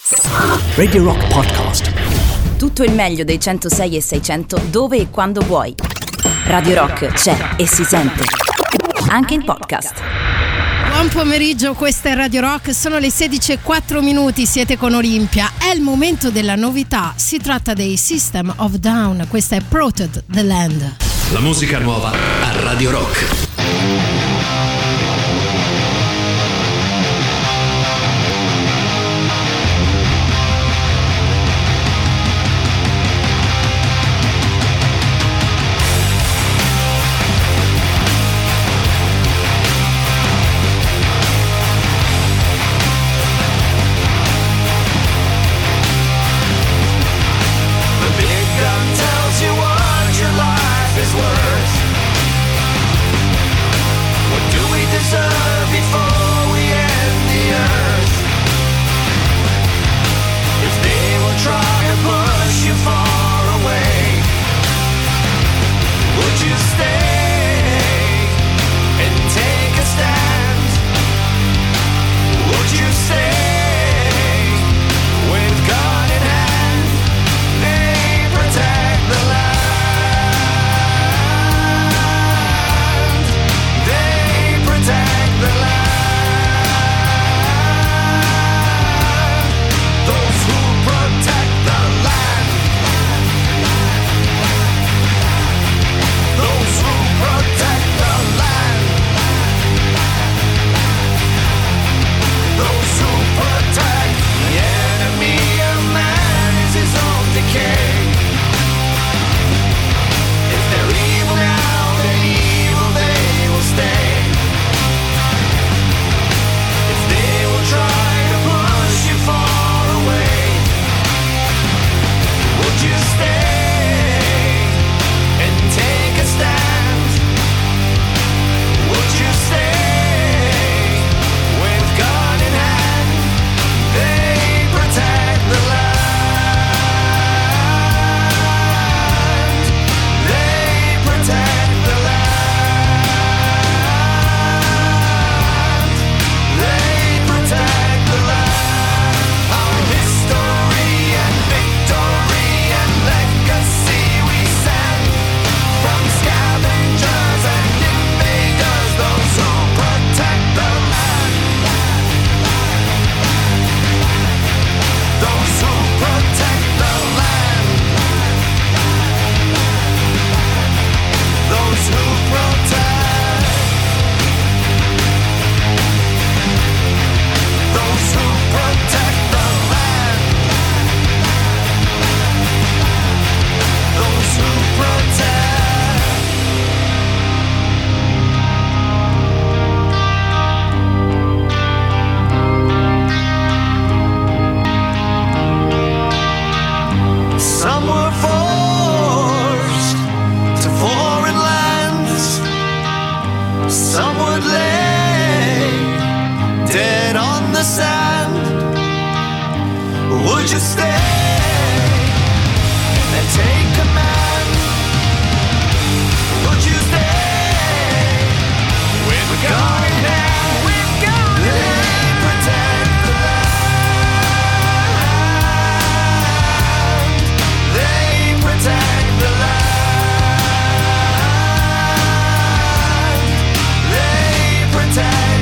Radio Rock Podcast. Tutto il meglio dei 106 e 600 dove e quando vuoi. Radio Rock c'è e si sente anche in podcast. Buon pomeriggio, questa è Radio Rock, sono le 16:04, siete con Olimpia. È il momento della novità, si tratta dei System of a Down, questa è Protect the Land. La musica nuova a Radio Rock.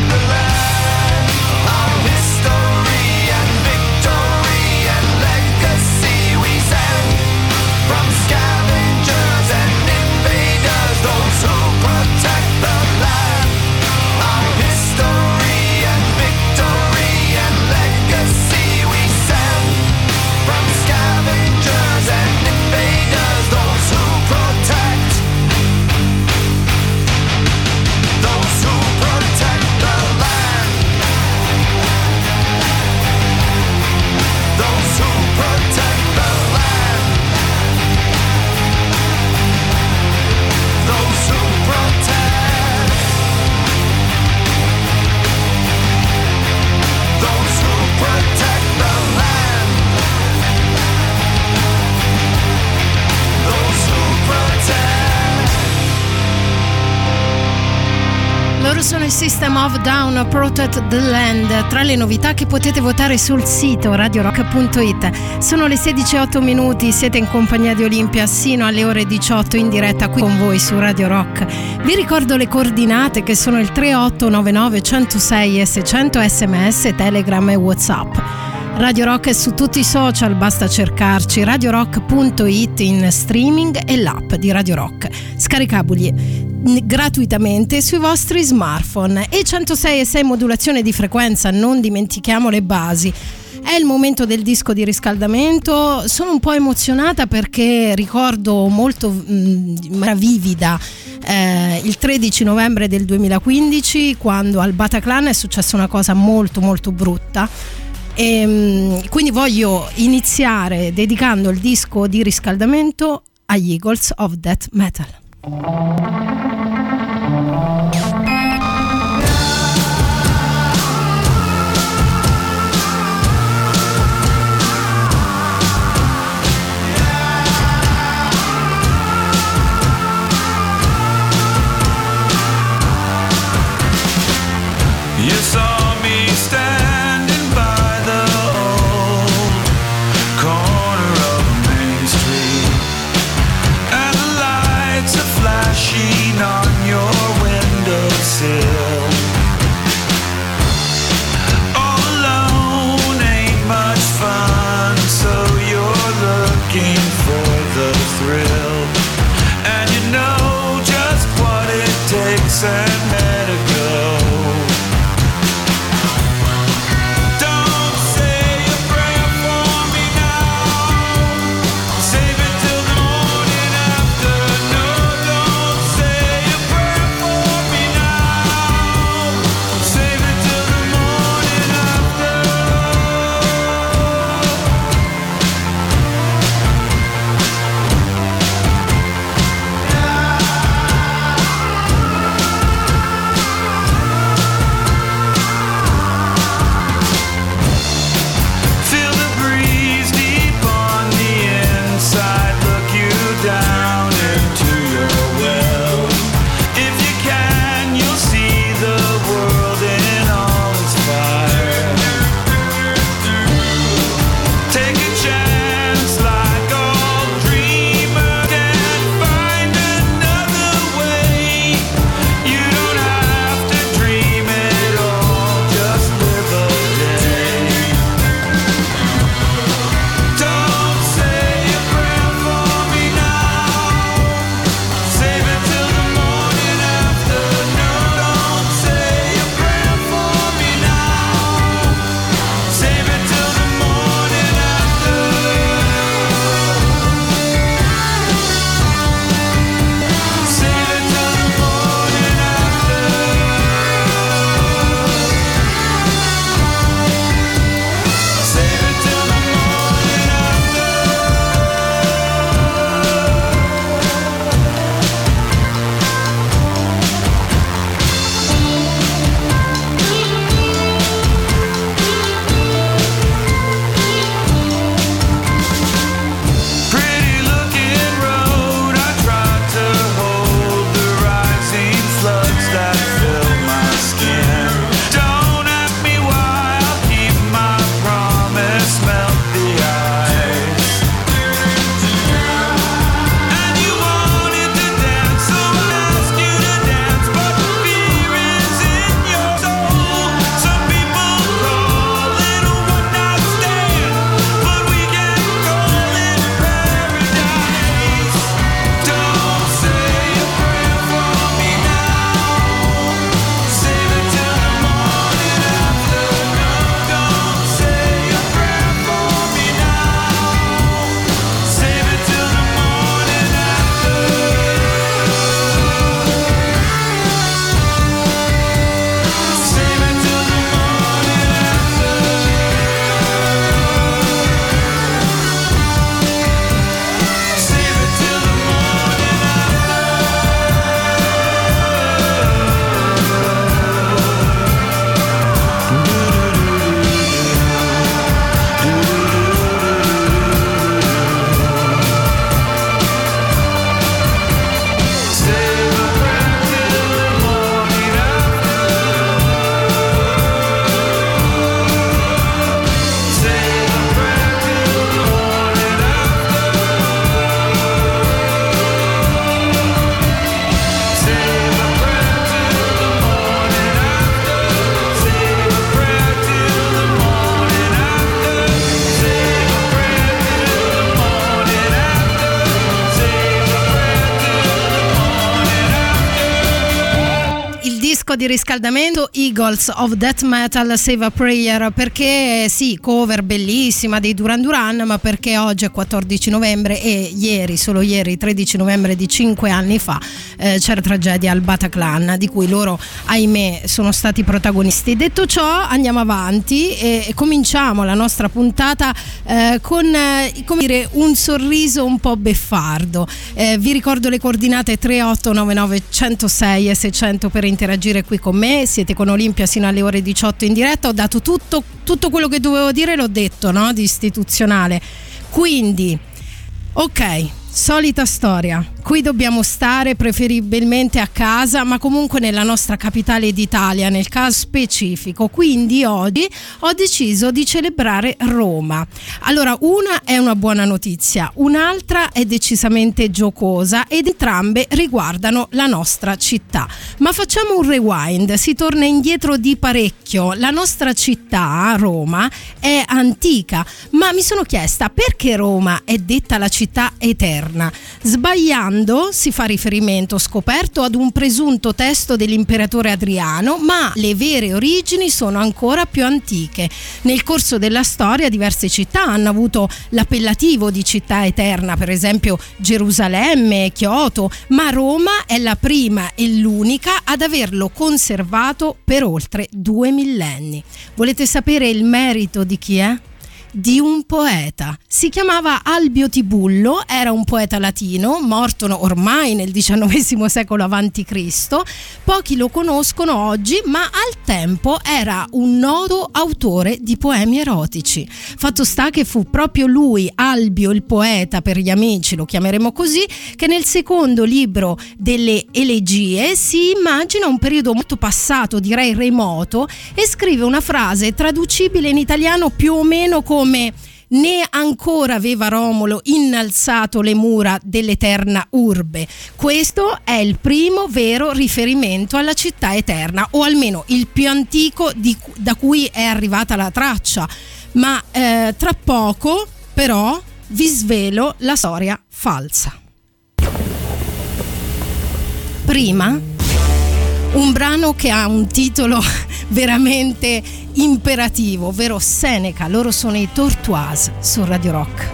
History and victory and legacy. System of Down, Protect the Land, tra le novità che potete votare sul sito radiorock.it. Sono le 16:08, siete in compagnia di Olimpia sino alle ore 18 in diretta qui con voi su Radio Rock. Vi ricordo le coordinate che sono il 3899 106 e 600, SMS, Telegram e WhatsApp. Radio Rock è su tutti i social, basta cercarci radiorock.it in streaming e l'app di Radio Rock, scaricabili gratuitamente sui vostri smartphone. E 106,6 modulazione di frequenza, non dimentichiamo le basi. È il momento del disco di riscaldamento. Sono un po' emozionata perché ricordo molto vivida il 13 novembre del 2015, quando al Bataclan è successa una cosa molto molto brutta. E quindi voglio iniziare dedicando il disco di riscaldamento agli Eagles of Death Metal. You saw me standing by the old corner of Main Street, and the lights are flashing disco di riscaldamento Eagles of Death Metal Save a Prayer, perché sì, cover bellissima dei Duran Duran, ma perché oggi è 14 novembre e ieri, solo ieri, 13 novembre di 5 anni fa, c'era tragedia al Bataclan, di cui loro, ahimè, sono stati protagonisti. Detto ciò, andiamo avanti e cominciamo la nostra puntata con come dire, un sorriso un po' beffardo. Vi ricordo le coordinate 3899 106 e 600 per interagire qui con me. Siete con Olimpia sino alle ore 18 in diretta. Ho dato tutto quello che dovevo dire, l'ho detto, no? Di istituzionale. Quindi, ok, solita storia. Qui dobbiamo stare preferibilmente a casa, ma comunque nella nostra capitale d'Italia, nel caso specifico. Quindi oggi ho deciso di celebrare Roma. Allora, una è una buona notizia, un'altra è decisamente giocosa ed entrambe riguardano la nostra città. Ma facciamo un rewind, si torna indietro di parecchio. La nostra città, Roma, è antica, ma mi sono chiesta perché Roma è detta la città eterna. Sbagliando si fa riferimento, scoperto, ad un presunto testo dell'imperatore Adriano, ma le vere origini sono ancora più antiche. Nel corso della storia diverse città hanno avuto l'appellativo di città eterna, per esempio Gerusalemme, Kyoto, ma Roma è la prima e l'unica ad averlo conservato per oltre 2 millenni. Volete sapere il merito di chi è? Di un poeta. Si chiamava Albio Tibullo, era un poeta latino, morto ormai nel XIX secolo a.C. Pochi lo conoscono oggi, ma al tempo era un noto autore di poemi erotici. Fatto sta che fu proprio lui, Albio il poeta per gli amici, lo chiameremo così, che nel secondo libro delle Elegie si immagina un periodo molto passato, direi remoto, e scrive una frase traducibile in italiano più o meno come: né ancora aveva Romolo innalzato le mura dell'eterna urbe. Questo è il primo vero riferimento alla città eterna, o almeno il più antico da cui è arrivata la traccia. Ma tra poco però vi svelo la storia falsa. Prima, un brano che ha un titolo veramente imperativo, ovvero Seneca. Loro sono i Tortoise su Radio Rock.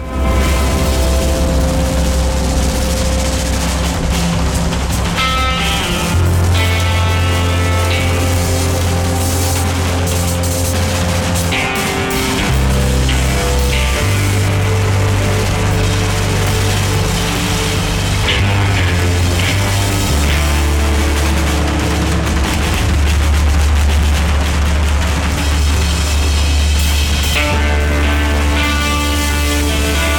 Thank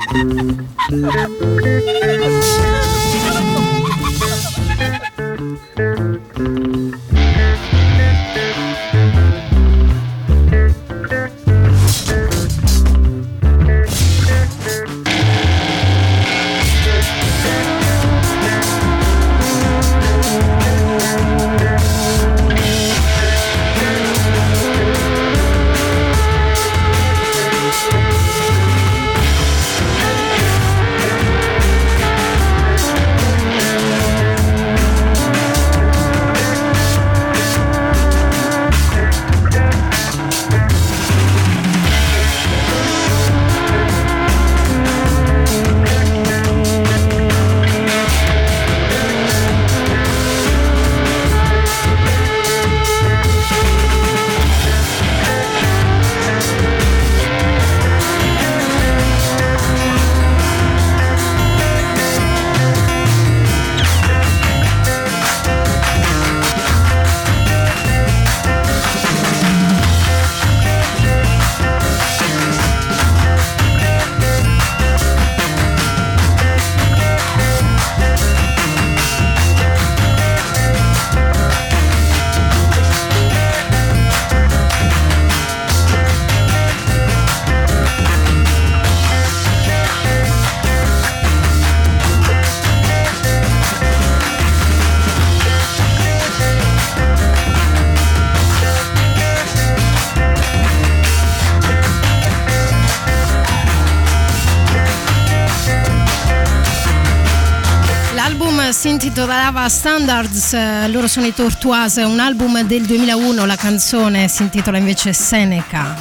Si intitolava Standards, loro sono i Tortoise, un album del 2001, la canzone si intitola invece Seneca.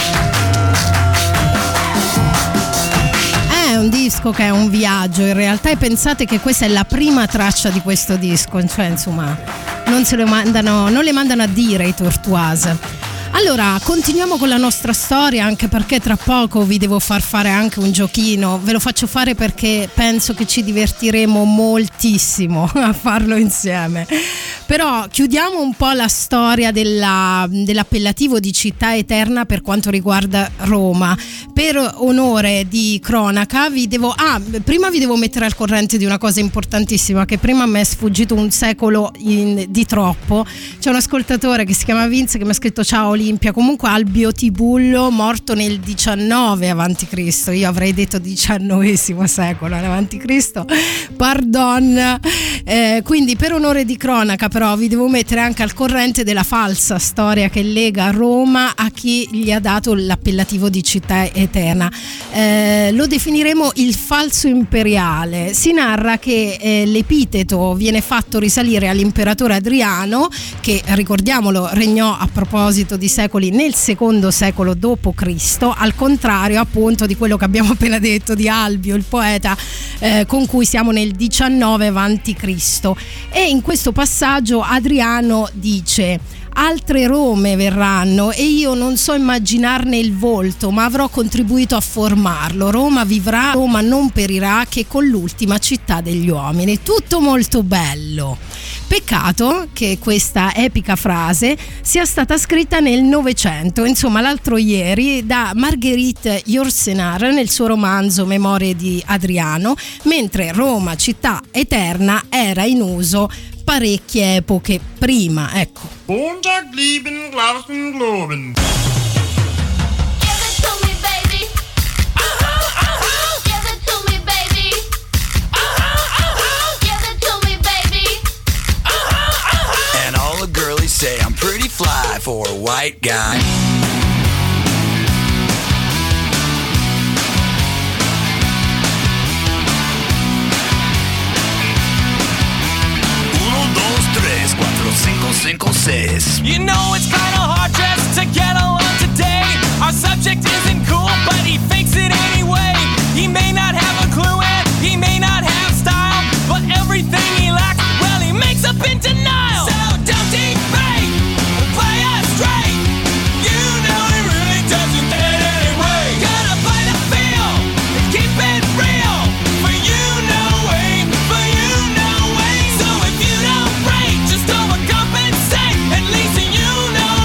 È un disco che è un viaggio in realtà, e pensate che questa è la prima traccia di questo disco, cioè insomma non le mandano a dire i Tortoise. Allora, continuiamo con la nostra storia, anche perché tra poco vi devo far fare anche un giochino. Ve lo faccio fare perché penso che ci divertiremo moltissimo a farlo insieme. Però chiudiamo un po' la storia dell'appellativo di città eterna per quanto riguarda Roma. Per onore di cronaca prima vi devo mettere al corrente di una cosa importantissima che prima mi è sfuggito un secolo di troppo. C'è un ascoltatore che si chiama Vince che mi ha scritto: ciao Olimpia, comunque Albio Tibullo morto nel 19 a.C., io avrei detto XIX secolo a.C., pardon. Quindi per onore di cronaca però vi devo mettere anche al corrente della falsa storia che lega Roma a chi gli ha dato l'appellativo di città eterna. Lo definiremo il falso imperiale. Si narra che l'epiteto viene fatto risalire all'imperatore Adriano, che ricordiamolo regnò a proposito di secoli nel secondo secolo d.C., al contrario appunto di quello che abbiamo appena detto di Albio, il poeta, con cui siamo nel 19 a.C. E in questo passaggio Adriano dice: altre Rome verranno e io non so immaginarne il volto, ma avrò contribuito a formarlo. Roma vivrà, Roma non perirà, che con l'ultima città degli uomini. Tutto molto bello. Peccato che questa epica frase sia stata scritta nel Novecento, insomma l'altro ieri, da Marguerite Yourcenar nel suo romanzo Memorie di Adriano, mentre Roma, città eterna, era in uso parecchie epoche prima, ecco. Montag, lieben, Glauben, Globen. Say I'm pretty fly for a white guy. Uno, dos, tres, cuatro, cinco, cinco, seis. You know it's kinda hard just to get along today. Our subject isn't cool, but he fakes it anyway. He may not have a clue and he may not have style, but everything he lacks, well, he makes up in denial. So don't debate, play us straight. You know he really doesn't get anyway. Gotta play the field and keep it real. For you no way, for you no way. So if you don't break, just overcompensate. At least you know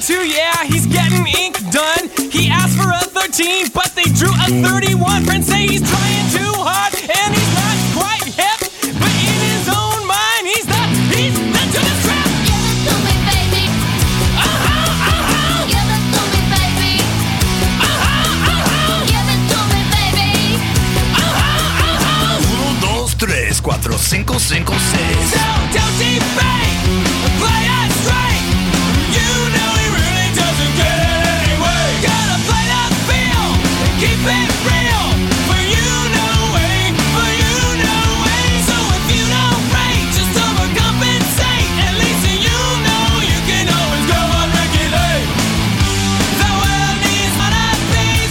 22, yeah, he's getting ink done. He asked for a 13, but they drew a 31. Friends say he's trying too hard, and he's not quite hip. But in his own mind, he's the Judas Trap. Give it to me, baby. Give it to me, baby. Give it to me, baby. 1, 2, 3, 4, 5, 5, 6. So don't debate, play it straight. You know he really doesn't get it anyway. Gotta play that field and keep it real. For you know way, for you know way. So if you don't rate, just overcompensate. At least you know you can always go on regulate. The world needs wannabes,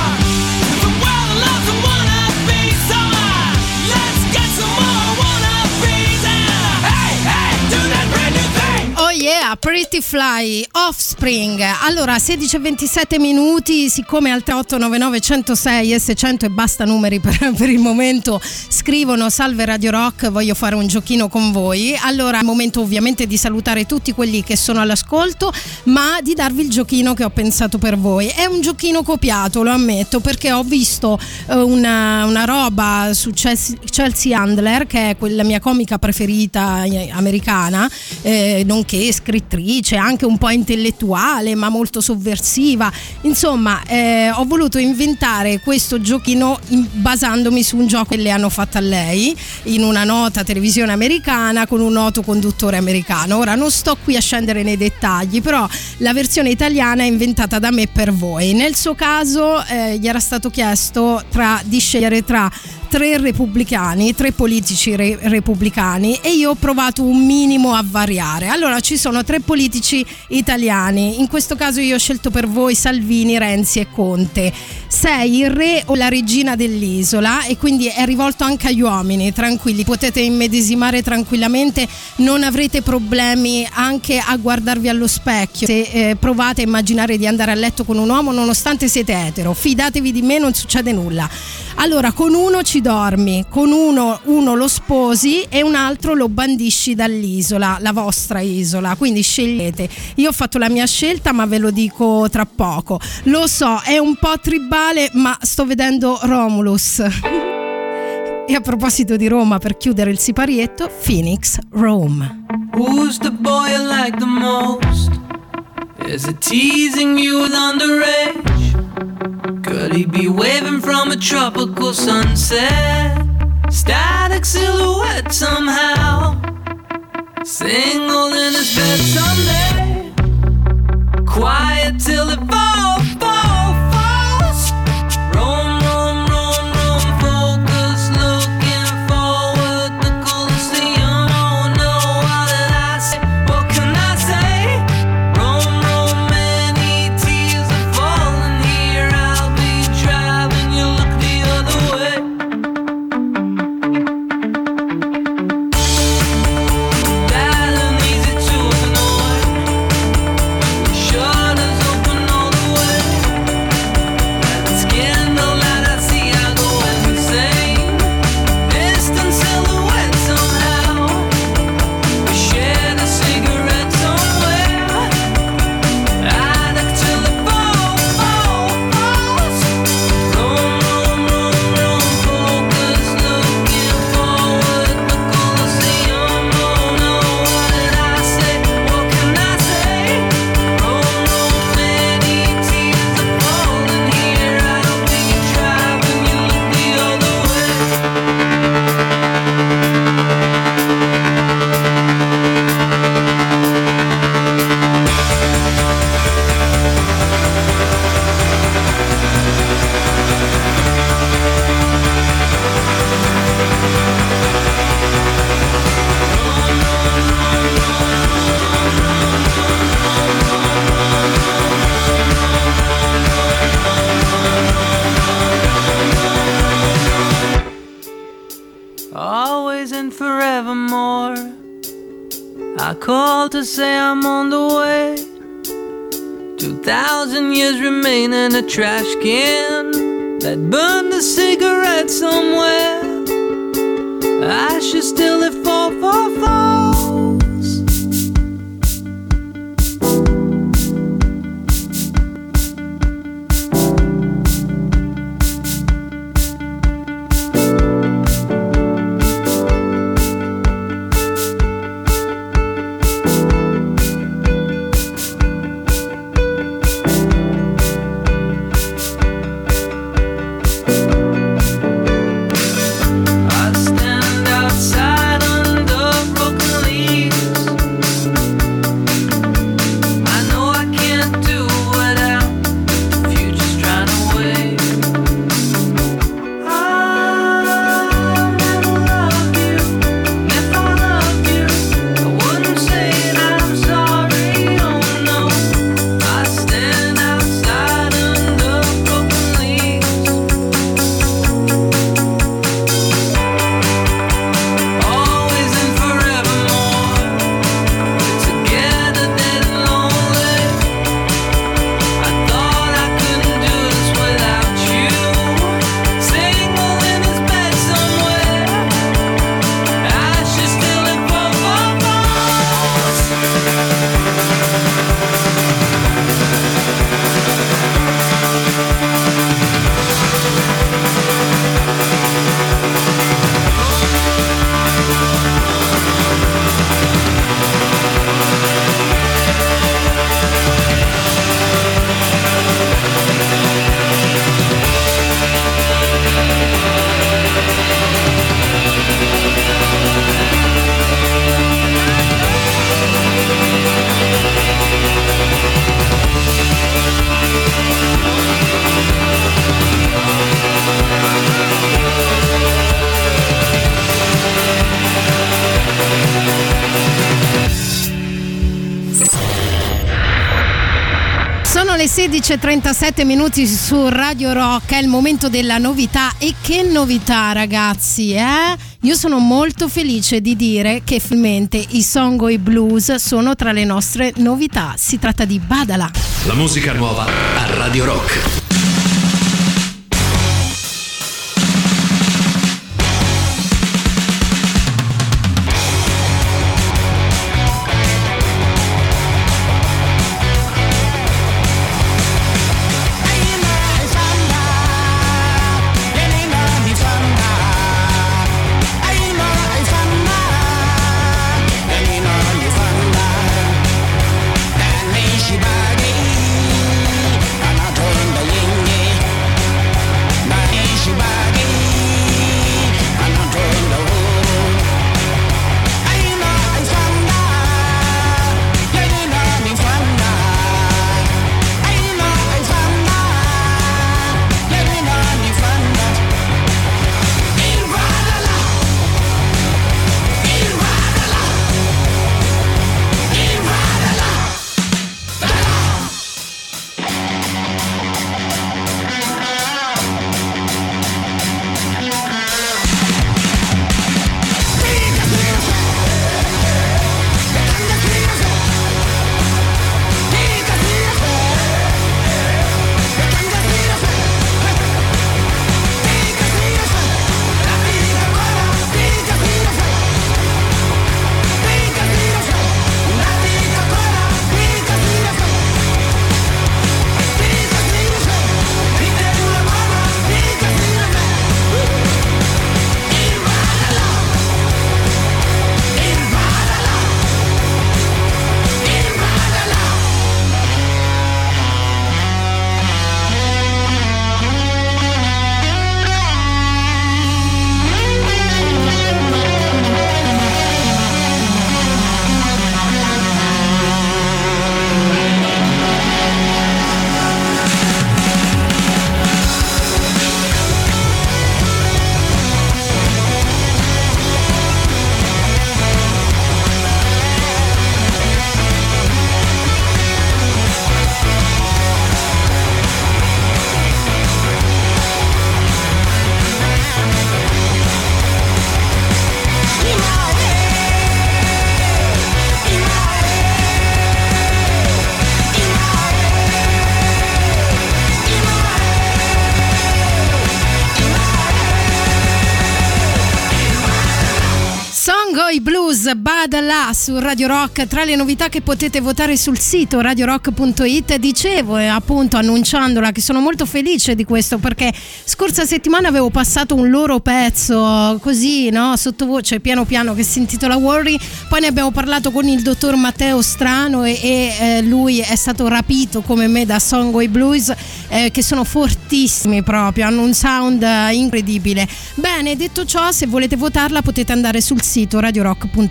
the world loves a wannabe, so let's get some more wannabes. Hey, hey, do that brand new thing. Oh yeah, Pretty Fly, Offspring. Allora, 16:27 minuti, siccome al 3899 106 S100 e basta numeri per il momento, scrivono: salve Radio Rock, voglio fare un giochino con voi. Allora, è il momento ovviamente di salutare tutti quelli che sono all'ascolto, ma di darvi il giochino che ho pensato per voi. È un giochino copiato, lo ammetto, perché ho visto una roba su Chelsea Handler, che è quella mia comica preferita americana, nonché scrittrice, anche un po' intellettuale ma molto sovversiva. Insomma, ho voluto inventare questo giochino basandomi su un gioco che le hanno fatto a lei in una nota televisione americana con un noto conduttore americano. Ora non sto qui a scendere nei dettagli, però la versione italiana è inventata da me per voi. Nel suo caso gli era stato chiesto di scegliere tra tre politici repubblicani, e io ho provato un minimo a variare. Allora, ci sono tre politici italiani, in questo caso io ho scelto per voi Salvini, Renzi e Conte. Sei il re o la regina dell'isola, e quindi è rivolto anche agli uomini, tranquilli, potete immedesimare tranquillamente, non avrete problemi anche a guardarvi allo specchio se provate a immaginare di andare a letto con un uomo nonostante siete etero. Fidatevi di me, non succede nulla. Allora, con uno ci dormi, con uno lo sposi e un altro lo bandisci dall'isola, la vostra isola, quindi scegliete. Io ho fatto la mia scelta, ma ve lo dico tra poco. Lo so, è un po' tribale, ma sto vedendo Romulus. E a proposito di Roma, per chiudere il siparietto, Phoenix, Rome. Who's the boy you like the most? Is it teasing you with underage? Could he be waving from a tropical sunset? Static silhouette somehow. Single in his bed someday. Quiet till it falls. Roam, roam, roam, roam, focus, looking forward. The Colosseum, oh no, what did I say? What can I say? Roam, roam, many tears are falling here. I'll be driving you, look the other way. Bad and easy to ignore. Shutters open all the way. That scandal that I see, I go insane. Distant silhouette somehow. We shared a cigarette somewhere. Addict till it falls. Roam, roam, roam, roam, focus, looking forward. The Colosseum, oh no, what did I say? What can I say? Roam, roam, many tears are falling here. I'll be driving you, look the other way. Always and forevermore. I call to say I'm on the way. 2,000 years remain in a trash can that burned a cigarette somewhere. Ashes still it falls. 16:37 su Radio Rock, è il momento della novità. E che novità, ragazzi, Io sono molto felice di dire che finalmente i Songoy Blues sono tra le nostre novità. Si tratta di Badala. La musica nuova a Radio Rock. Badala su Radio Rock, tra le novità che potete votare sul sito radiorock.it. Dicevo, appunto, annunciandola, che sono molto felice di questo, perché scorsa settimana avevo passato un loro pezzo così, no, sottovoce, piano piano, che si intitola Worry. Poi ne abbiamo parlato con il dottor Matteo Strano e lui è stato rapito come me da Songoy Blues, che sono fortissimi proprio, hanno un sound incredibile. Bene, detto ciò, se volete votarla potete andare sul sito radiorock.it.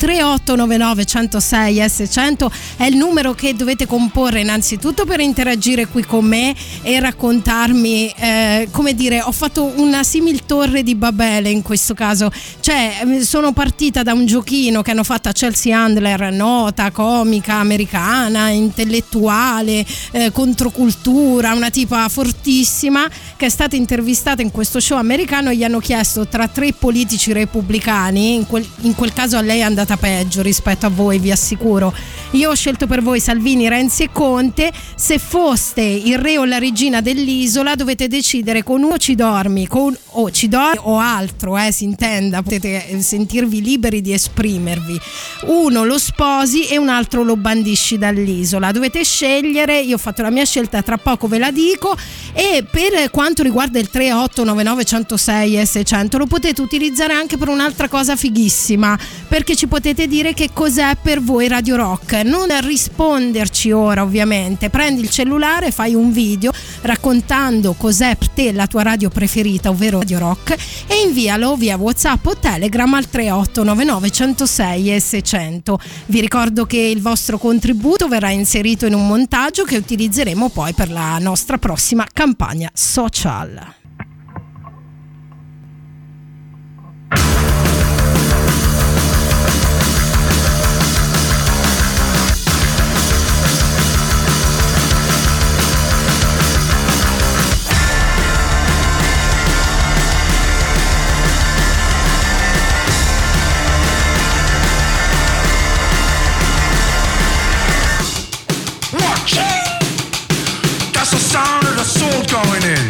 3899 106 S100 è il numero che dovete comporre innanzitutto per interagire qui con me e raccontarmi, come dire, ho fatto una simil torre di Babele in questo caso, cioè sono partita da un giochino che hanno fatto a Chelsea Handler, nota comica americana, intellettuale, controcultura, una tipa fortissima, che è stata intervistata in questo show americano e gli hanno chiesto tra 3 politici repubblicani, in quel caso a lei è andata peggio rispetto a voi, vi assicuro. Io ho scelto per voi Salvini, Renzi e Conte. Se foste il re o la regina dell'isola dovete decidere con uno ci dormi, o altro, si intenda, potete sentirvi liberi di esprimervi. Uno lo sposi e un altro lo bandisci dall'isola, dovete scegliere. Io ho fatto la mia scelta, tra poco ve la dico. E per quanto riguarda il 3899 106 S100 lo potete utilizzare anche per un'altra cosa fighissima, perché ci potete dire che cos'è per voi Radio Rock. Non risponderci ora, ovviamente, prendi il cellulare, fai un video raccontando cos'è per te la tua radio preferita, ovvero Radio Rock, e invialo via WhatsApp o Telegram al 3899 106 S100. Vi ricordo che il vostro contributo verrà inserito in un montaggio che utilizzeremo poi per la nostra prossima campagna social. going in.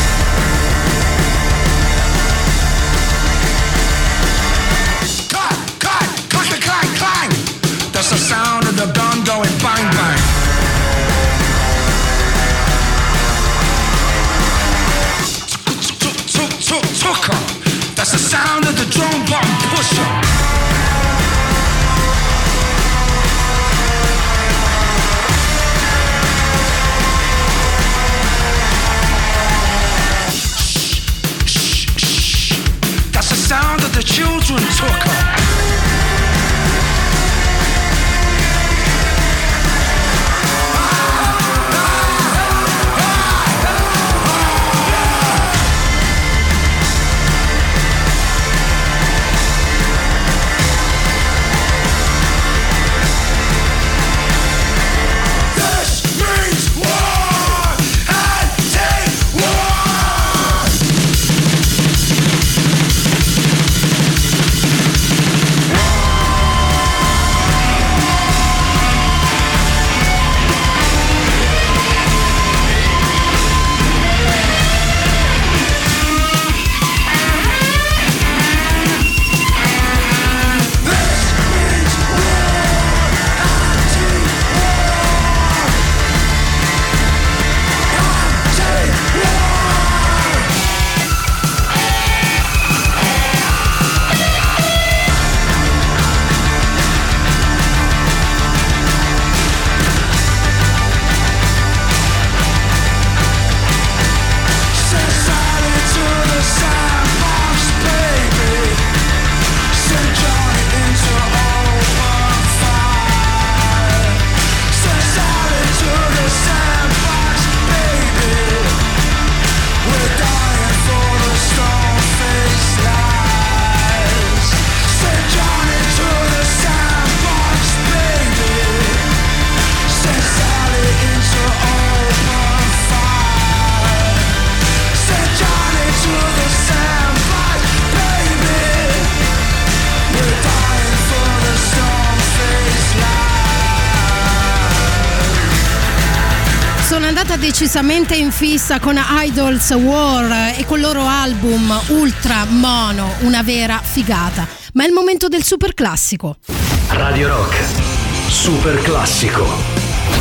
Clang, clang. That's the sound of the gun going bang, bang. That's the sound of the drum button pusher. That's the sound of the children took her. Decisamente in fissa con Idols War e col loro album Ultra Mono, una vera figata. Ma è il momento del super classico. Radio Rock, super classico.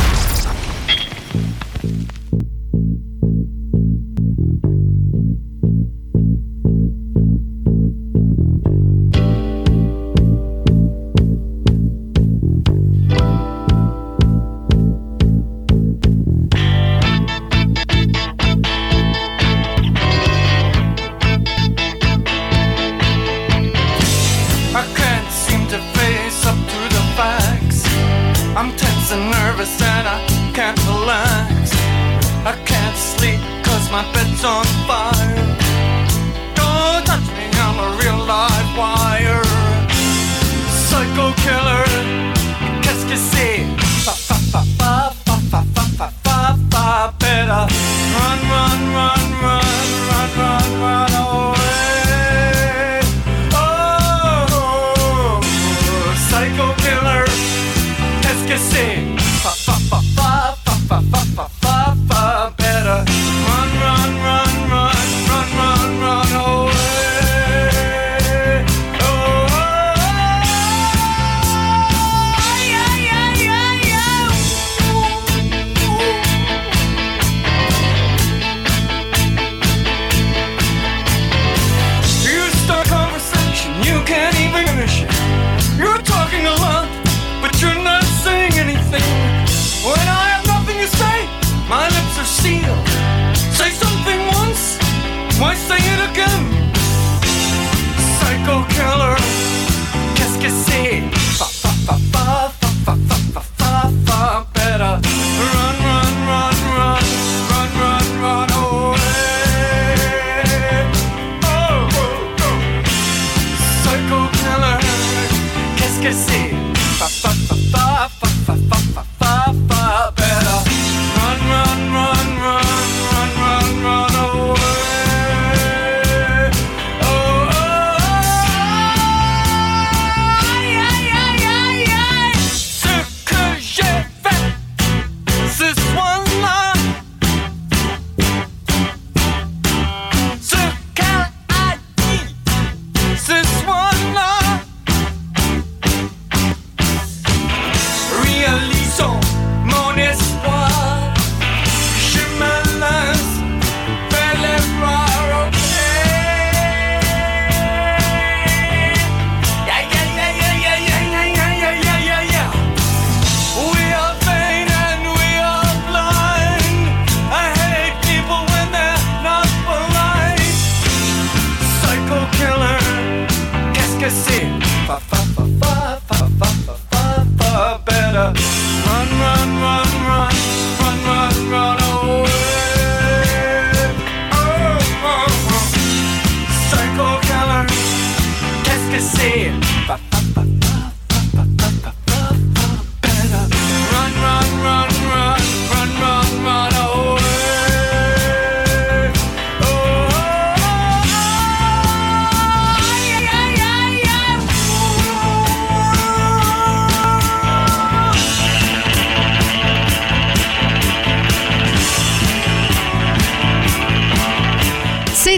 My bed's on fire. Don't touch me, I'm a real live wire. Psycho killer, qu'est-ce que c'est? Fa fa fa fa fa fa fa fa fa fa. Better run, run, run, run, run, run, run away. Oh, psycho killer, qu'est-ce que c'est? Fa fa fa fa fa fa fa fa fa fa. Better run, run, run, run, run, run, run away. Oh, yeah, yeah, yeah, yeah.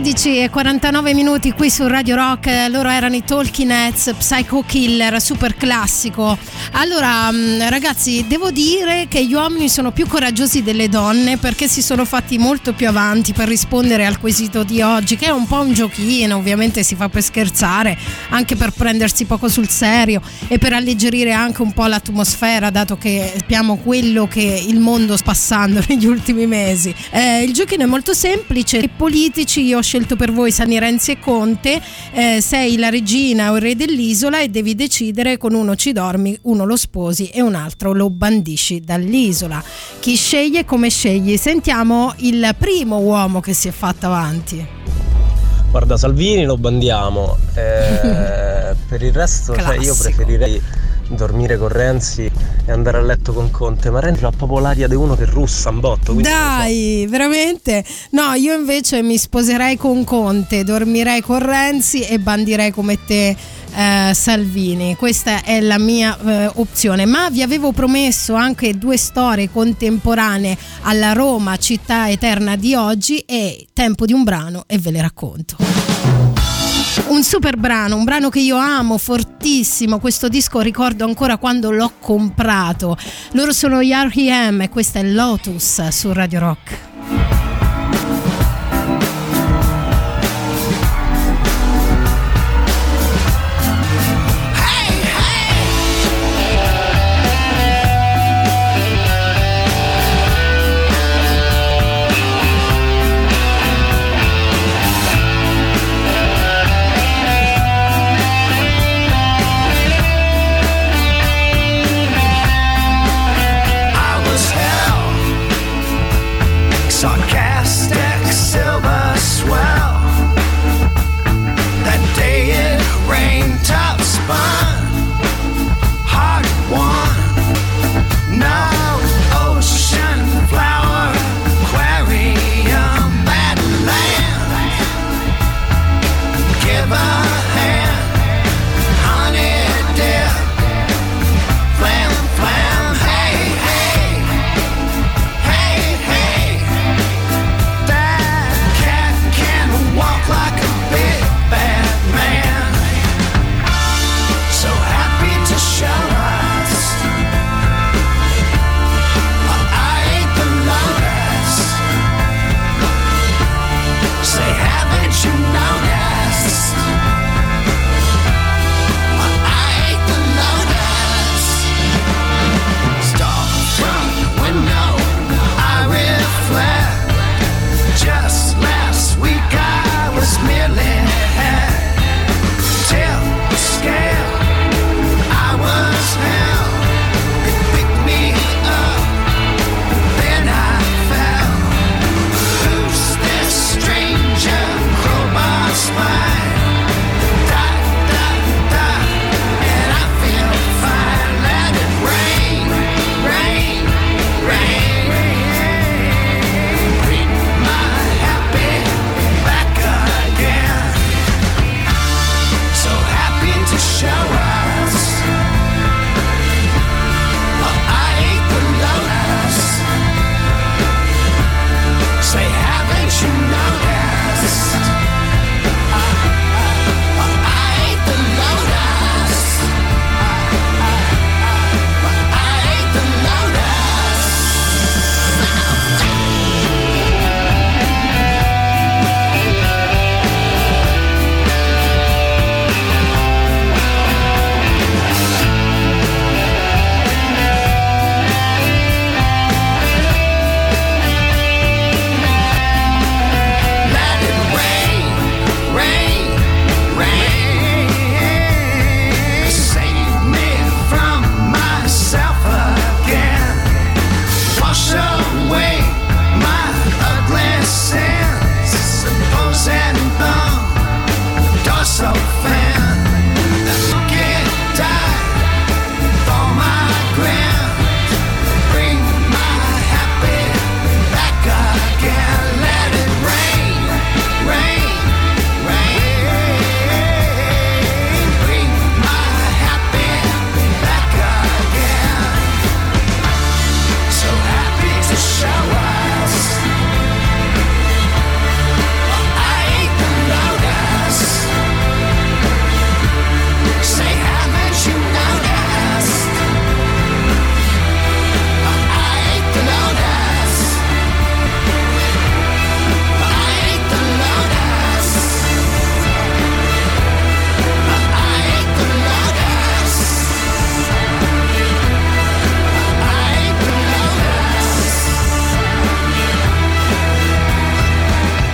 16:49 qui su Radio Rock. Loro erano i Talking Heads, Psycho Killer, super classico. Allora ragazzi, devo dire che gli uomini sono più coraggiosi delle donne, perché si sono fatti molto più avanti per rispondere al quesito di oggi, che è un po' un giochino, ovviamente si fa per scherzare, anche per prendersi poco sul serio e per alleggerire anche un po' l'atmosfera, dato che sappiamo quello che il mondo sta passando negli ultimi mesi. Il giochino è molto semplice. I politici, io ho scelto per voi Sani, Renzi e Conte. Sei la regina o il re dell'isola e devi decidere: con uno ci dormi, uno lo sposi e un altro lo bandisci dall'isola. Chi sceglie e come scegli? Sentiamo il primo uomo che si è fatto avanti. Guarda, Salvini lo bandiamo, per il resto io preferirei dormire con Renzi e andare a letto con Conte, ma Renzi ha proprio l'aria di uno che russa un botto. Dai, veramente? No, io invece mi sposerei con Conte, dormirei con Renzi e bandirei come te Salvini. Questa è la mia opzione. Ma vi avevo promesso anche due storie contemporanee alla Roma, città eterna di oggi. È tempo di un brano e ve le racconto. Un super brano, un brano che io amo fortissimo. Questo disco ricordo ancora quando l'ho comprato. Loro sono gli R.E.M. e questa è Lotus su Radio Rock. Sarcastic.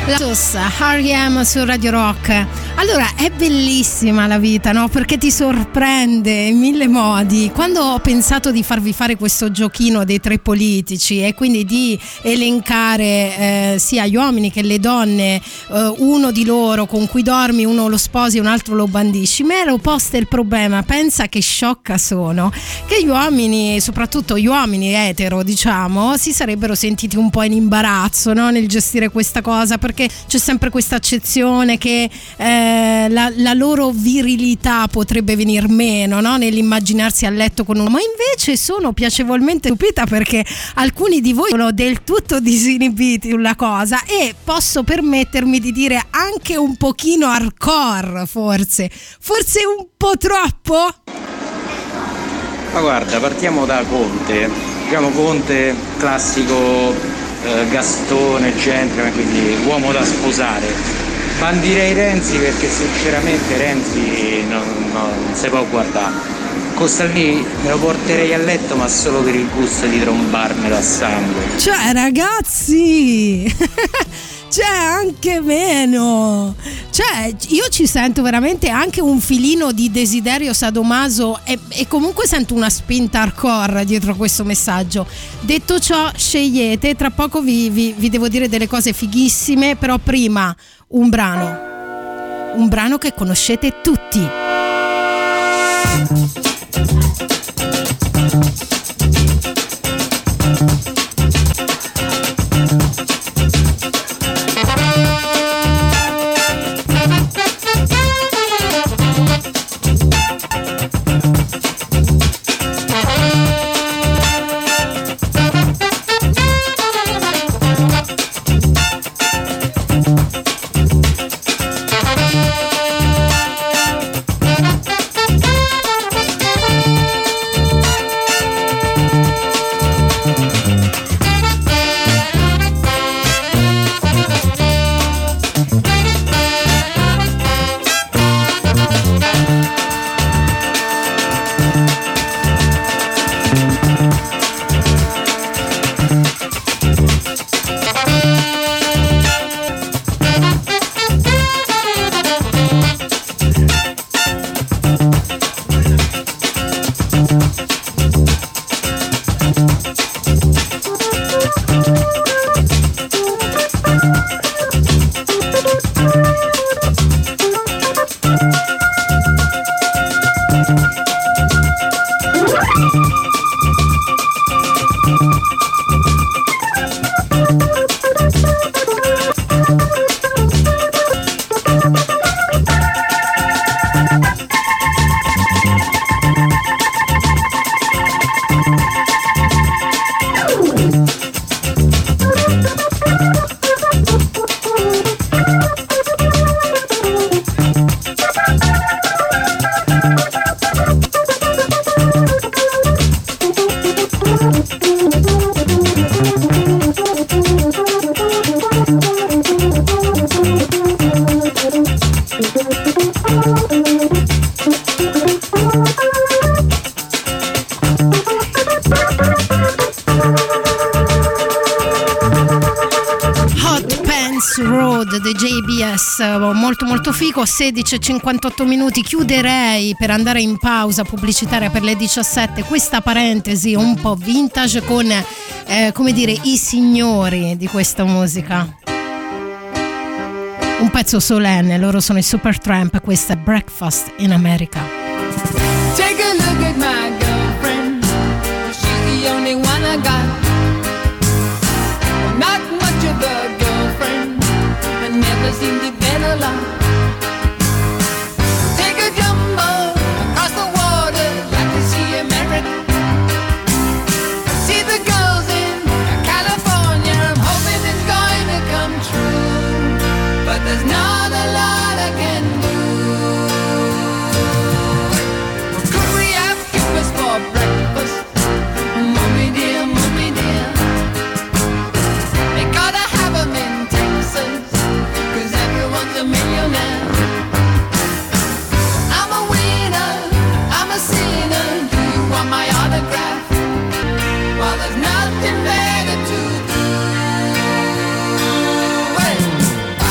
R.E.M. su Radio Rock. Allora, è bellissima la vita, no? Perché ti sorprende in mille modi. Quando ho pensato di farvi fare questo giochino dei tre politici e quindi di elencare sia gli uomini che le donne, uno di loro con cui dormi, uno lo sposi e un altro lo bandisci, mi ero posta il problema, pensa che sciocca sono, che gli uomini, soprattutto gli uomini etero, diciamo, si sarebbero sentiti un po' in imbarazzo, no? Nel gestire questa cosa, perché c'è sempre questa accezione che la loro virilità potrebbe venir meno, no? Nell'immaginarsi a letto con un uomo. Invece sono piacevolmente stupita perché alcuni di voi sono del tutto disinibiti sulla cosa e posso permettermi di dire anche un pochino hardcore, forse un po' troppo. Ma guarda, partiamo da Conte, diciamo Conte classico Gastone, gentleman, quindi uomo da sposare. Bandirei Renzi perché sinceramente Renzi non si può guardare. Con Salvini me lo porterei a letto, ma solo per il gusto di trombarmelo a sangue. Cioè ragazzi c'è anche meno, cioè io ci sento veramente anche un filino di desiderio sadomaso e comunque sento una spinta hardcore dietro questo messaggio. Detto ciò, scegliete, tra poco vi devo dire delle cose fighissime, però prima un brano che conoscete tutti. Molto figo. 16:58 minuti, chiuderei per andare in pausa pubblicitaria per le 17 questa parentesi un po' vintage con come dire i signori di questa musica, un pezzo solenne. Loro sono i Supertramp, questa è Breakfast in America. Take a look at my girlfriend, she's the only one I got. Not much of a girlfriend, but never seemed to get a lot. Take a jumbo across the water, like to see America. See the girls in California, I'm hoping it's going to come true, but there's not a lot I can do. Could we have breakfast for breakfast? Mommy dear, they gotta have 'em in Texas, 'cause everyone's a millionaire. I'm a winner, I'm a sinner, do you want my autograph? Well, there's nothing better to do. Hey.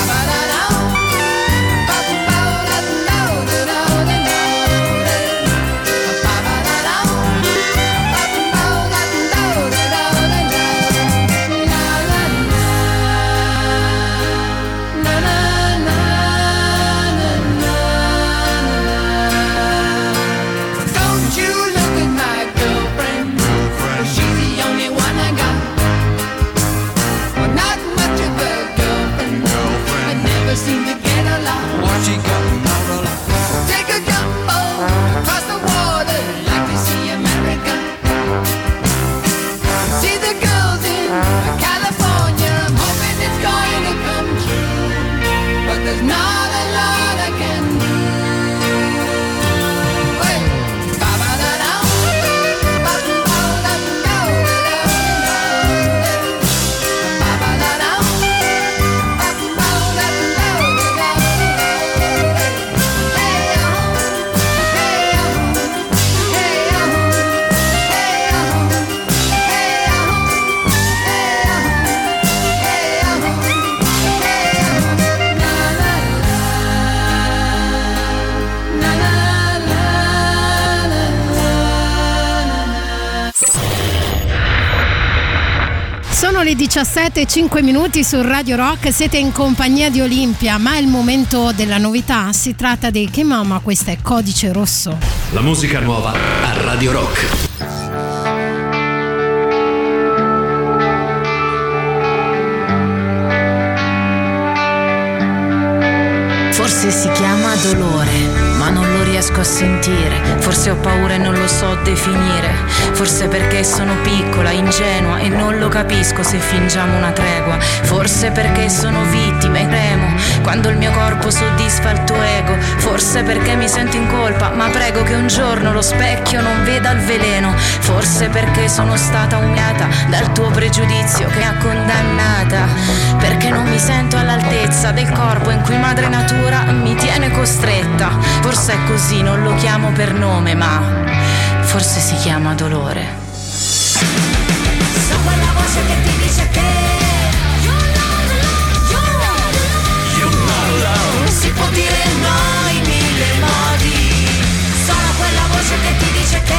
seem to get along. What you got, Motorola? Take a gumbo across the water like to see America. See the girls in California, I'm hoping it's going to come true, but there's not a lot I can do. Sono le 17:05 su Radio Rock, siete in compagnia di Olimpia, ma è il momento della novità. Si tratta di Che Mama, questa è Codice Rosso. La musica nuova a Radio Rock. Forse si chiama dolore, ma non lo riesco a sentire. Forse ho paura e non lo so definire. Forse perché sono piccola, ingenua e non lo capisco se fingiamo una tregua. Forse perché sono vittima e tremo quando il mio corpo soddisfa il tuo ego. Forse perché mi sento in colpa, ma prego che un giorno lo specchio non veda il veleno. Forse perché sono stata umiliata dal tuo pregiudizio che mi ha condannata. Perché non mi sento all'altezza del corpo in cui madre natura mi tiene costretta. Forse è così, non lo chiamo per nome, ma forse si chiama dolore. So quella voce che ti dice che si può dire no in mille modi. Sono quella voce che ti dice che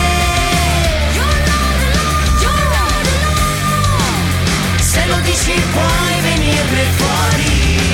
se lo dici puoi venirne fuori.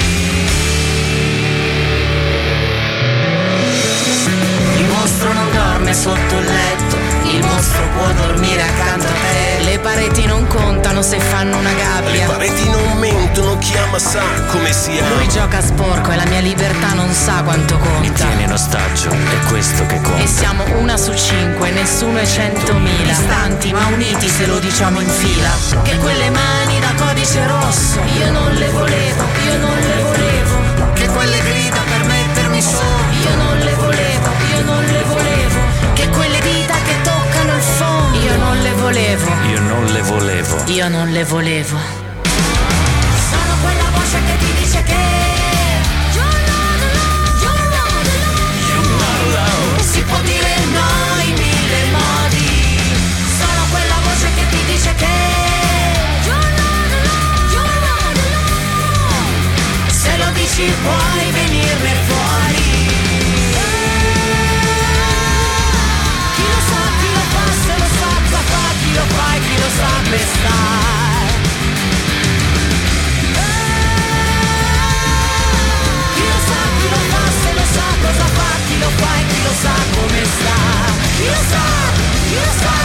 Il mostro non dorme sotto il letto, il mostro può dormire accanto a te. Le pareti non contano se fanno una gabbia. Le pareti non mentono, chi ama sa come si ama. Lui gioca sporco e la mia libertà non sa quanto conta. Mi tiene in ostaggio, è questo che conta. E siamo 1 su 5, nessuno è 100.000. Distanti ma uniti se lo diciamo in fila. Che quelle mani da codice rosso io non le volevo, io non le volevo. Che quelle grida per mettermi su io non le volevo, io non le volevo. Che quelle dita che toccano il fondo io non le volevo, io non le volevo, io non le volevo. Sono quella voce che ti dice che si può dire no in mille modi. Sono quella voce che ti dice che se lo dici puoi venirne fuori. Chi lo sa, chi lo fa, se lo sa cosa fa, chi lo fa e chi lo sa come sta. Chi lo sa, chi lo fa, se lo sa cosa fa, chi lo fa e chi lo sa come sta. Chi lo sa, chi lo sa.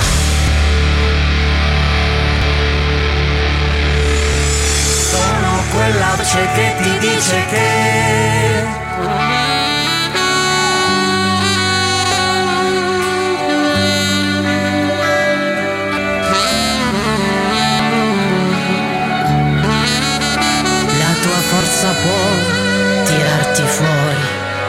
Sono quella voce che ti dice che la tua forza può tirarti fuori.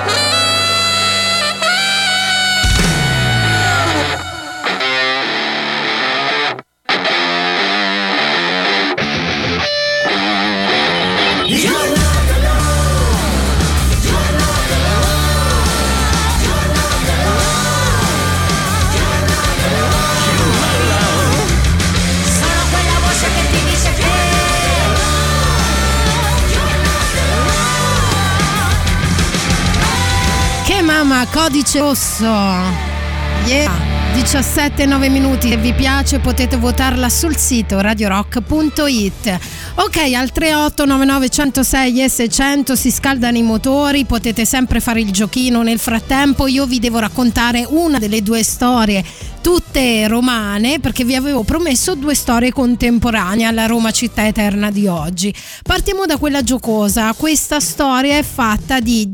Codice Rosso. Yeah. 17:09. Se vi piace potete votarla sul sito radiorock.it. Ok, al 38 99 106 e 600 si scaldano i motori, potete sempre fare il giochino. Nel frattempo io vi devo raccontare una delle due storie, tutte romane, perché vi avevo promesso due storie contemporanee alla Roma città eterna di oggi. Partiamo da quella giocosa. Questa storia è fatta di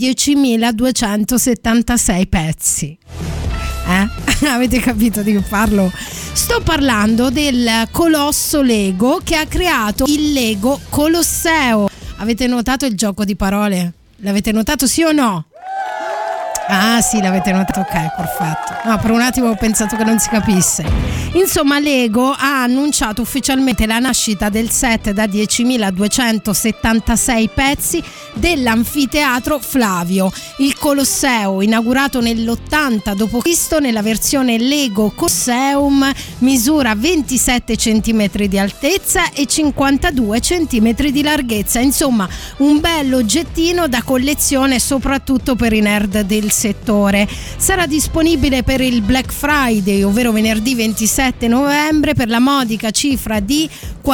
10.276 pezzi. Avete capito di che parlo? Sto parlando del colosso Lego che ha creato il Lego Colosseo. Avete notato il gioco di parole? L'avete notato, sì o no? Ah sì, l'avete notato, ok, perfetto. No, per un attimo ho pensato che non si capisse. Insomma, Lego ha annunciato ufficialmente la nascita del set da 10.276 pezzi dell'anfiteatro Flavio. Il Colosseo, inaugurato nell'80 d.C. nella versione Lego Colosseum, misura 27 cm di altezza e 52 cm di larghezza. Insomma, un bello oggettino da collezione soprattutto per i nerd del settore. Sarà disponibile per il Black Friday, ovvero venerdì 27 novembre, per la modica cifra di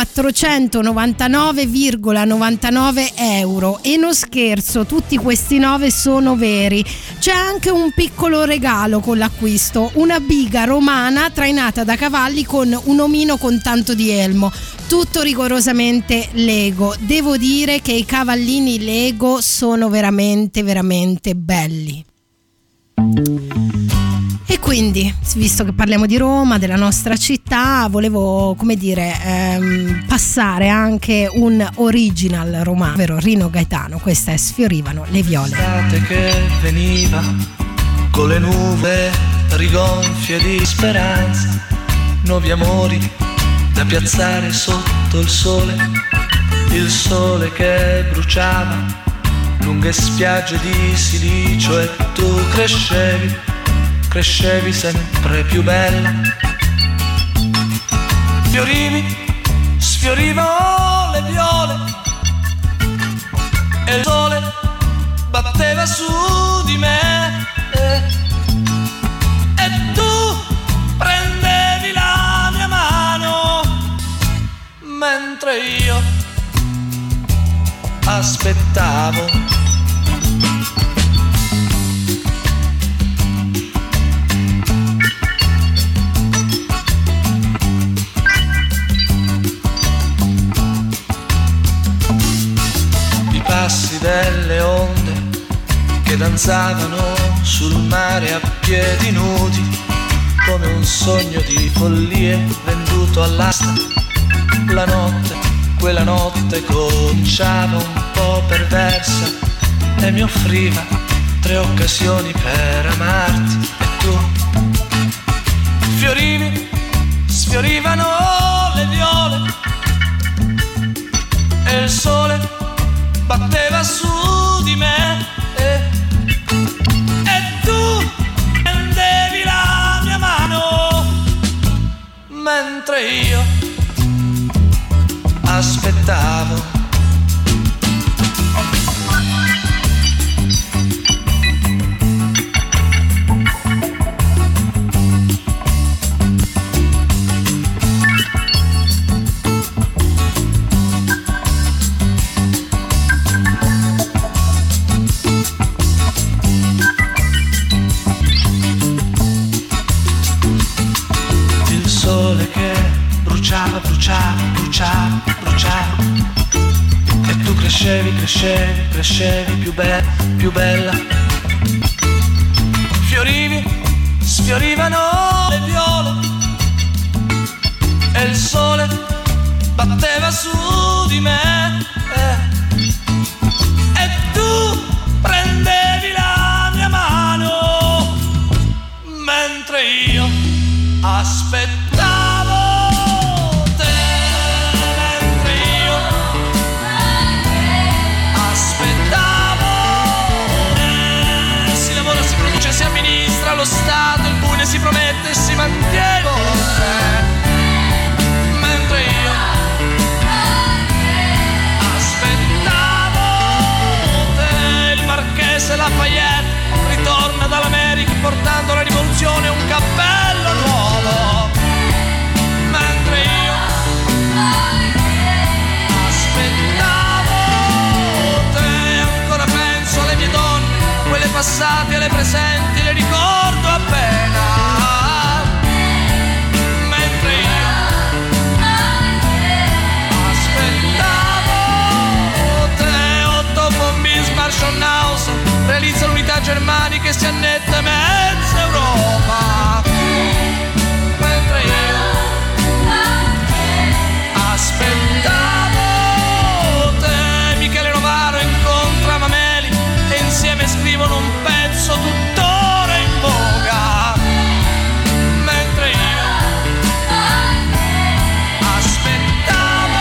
499,99 euro. E non scherzo, tutti questi 9 sono veri. C'è anche un piccolo regalo con l'acquisto, una biga romana trainata da cavalli con un omino con tanto di elmo. Tutto rigorosamente Lego. Devo dire che i cavallini Lego sono veramente veramente belli. E quindi, visto che parliamo di Roma, della nostra città, volevo, come dire, passare anche un original romano, ovvero Rino Gaetano. Questa è Sfiorivano le viole. L'estate che veniva con le nuvole rigonfie di speranza, nuovi amori da piazzare sotto il sole che bruciava lunghe spiagge di silicio, e tu crescevi sempre più bella. Sfiorivano le viole e il sole batteva su di me, e tu prendevi la mia mano mentre io aspettavo. Passi delle onde che danzavano sul mare a piedi nudi, come un sogno di follie venduto all'asta. La notte, quella notte cominciava un po' perversa e mi offriva 3 occasioni per amarti, e tu sfiorivano le viole e il sole batteva su di me, e tu prendevi la mia mano mentre io aspettavo. Bruciava, e tu crescevi più bella. Sfiorivano le viole e il sole batteva su di me, e tu prendevi la mia mano mentre io aspettavo. Si amministra lo Stato, il Pune si promette e si mantiene, mentre io aspettavo te. Il marchese Lafayette ritorna dall'America portando la rivoluzione e un cappello nuovo, mentre io aspettavo passate e le presenti le ricordo appena. Mentre io aspettavo te, 8 bombi Smarschonhaus, realizza l'unità germanica e si annette mezza Europa. Mentre io aspettavo te, Michele Novaro incontra Mameli e insieme scrivono un pezzo tuttora in voga. Mentre io aspettavo.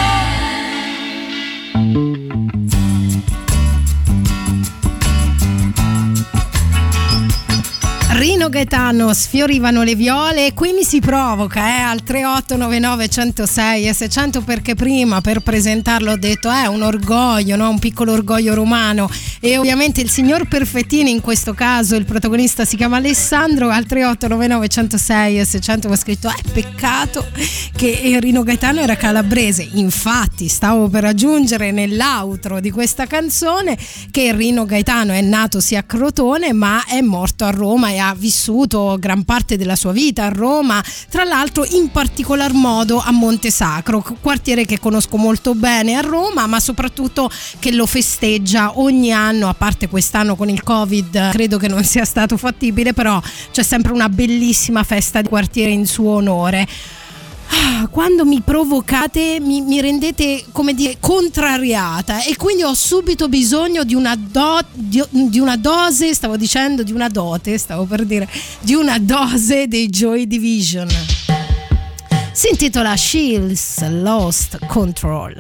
Rino Gaetano, sfiorivano le viole, e qui mi si provoca al 3899 106 e 600, perché prima per presentarlo ho detto è un orgoglio, no? Un piccolo orgoglio romano, e ovviamente il signor Perfettini, in questo caso il protagonista si chiama Alessandro. Al 3899 106 e 600 ho scritto peccato che Rino Gaetano era calabrese. Infatti stavo per aggiungere nell'outro di questa canzone che Rino Gaetano è nato sia a Crotone ma è morto a Roma e ha vissuto gran parte della sua vita a Roma, tra l'altro in particolar modo a Monte Sacro, quartiere che conosco molto bene a Roma, ma soprattutto che lo festeggia ogni anno, a parte quest'anno con il Covid credo che non sia stato fattibile, però c'è sempre una bellissima festa di quartiere in suo onore. Quando mi provocate mi rendete, come dire, contrariata, e quindi ho subito bisogno di una dose, stavo per dire, di una dose dei Joy Division. Si intitola She's Lost Control.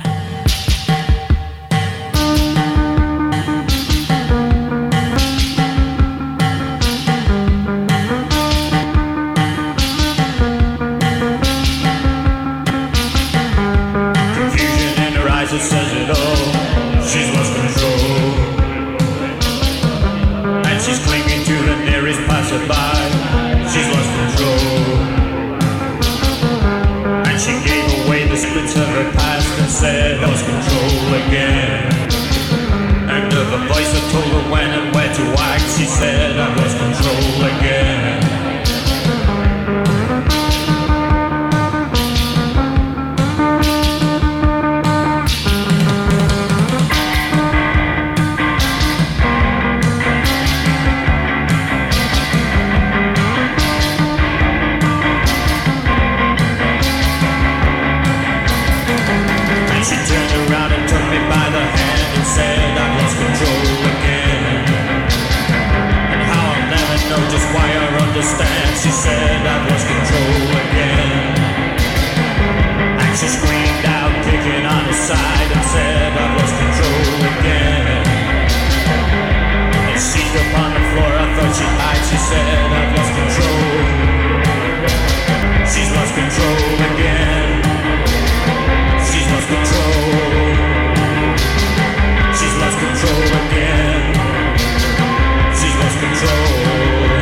It says it all, she's lost control, and she's clinging to the nearest passerby. She's lost control, and she gave away the splits of her past and said I lost control again. And of a voice that told her when and where to act, she said I lost control again. She said I've lost control again, and she screamed out, kicking on the side, and said I've lost control again. And she's up on the floor, I thought she'd hide. She said I've lost control. She's lost control again. She's lost control. She's lost control again. She's lost control.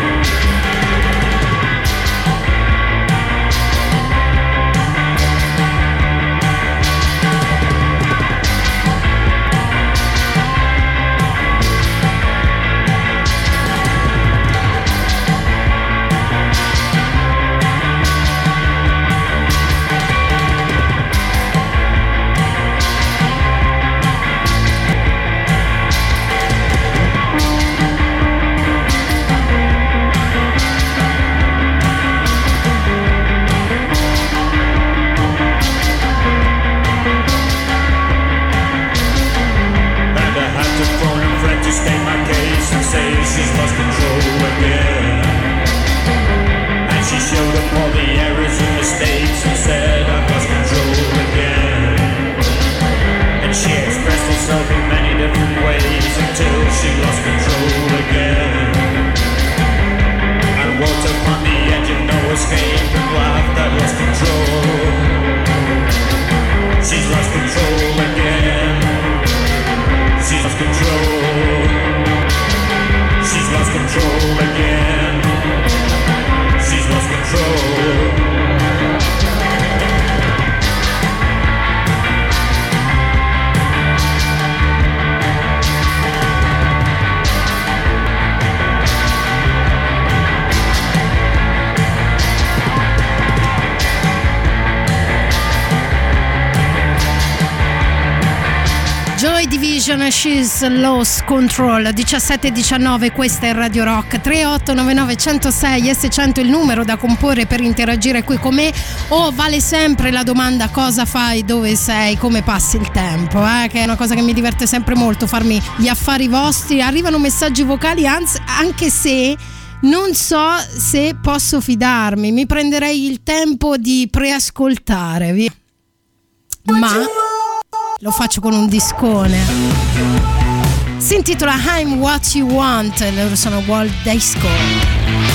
She's lost control again, and she showed up all the errors and mistakes and said I've lost control again. And she expressed herself in many different ways until she lost control again, and walked up on the edge of no escape and laughed I've lost control. She's lost control again. She's lost control. She's lost control again. She's lost control. Vision, She's Lost Control. 17:19, questa è Radio Rock. 3899 106 S100 il numero da comporre per interagire qui con me. Vale sempre la domanda: cosa fai, dove sei, come passi il tempo, che è una cosa che mi diverte sempre molto, farmi gli affari vostri. Arrivano messaggi vocali, anche se non so se posso fidarmi, mi prenderei il tempo di preascoltare, ma lo faccio con un discone. Si intitola I'm What You Want, loro sono World Disco.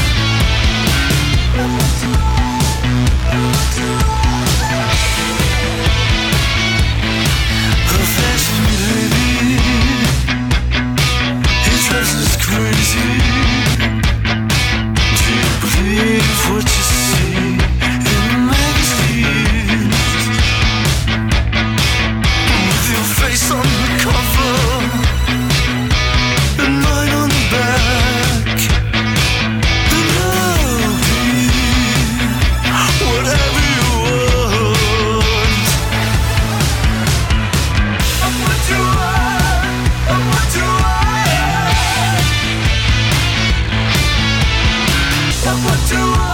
What you see in the magazines, with your face on the cover and mine on the back, and I'll be whatever you want. I'm what you want, I'm what you want, I'm what you want.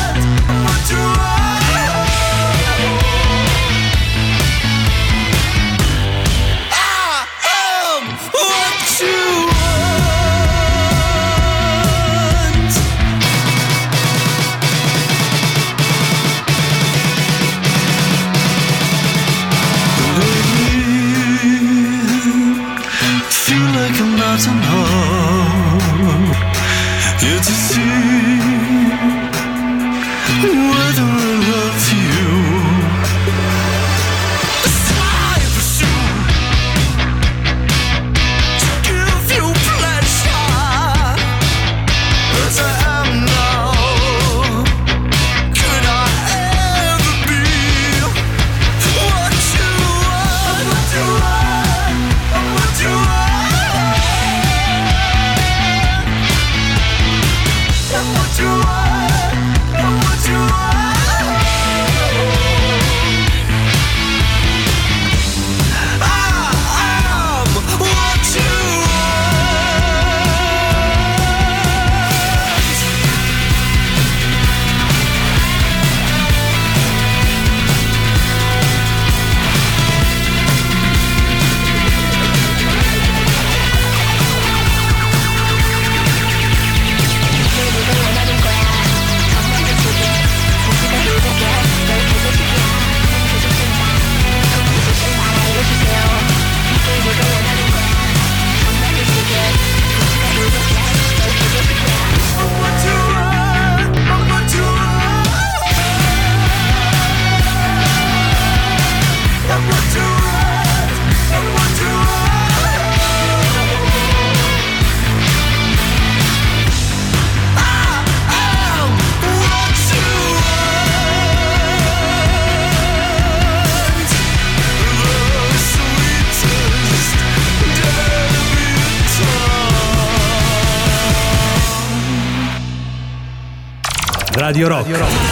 Radio Rock.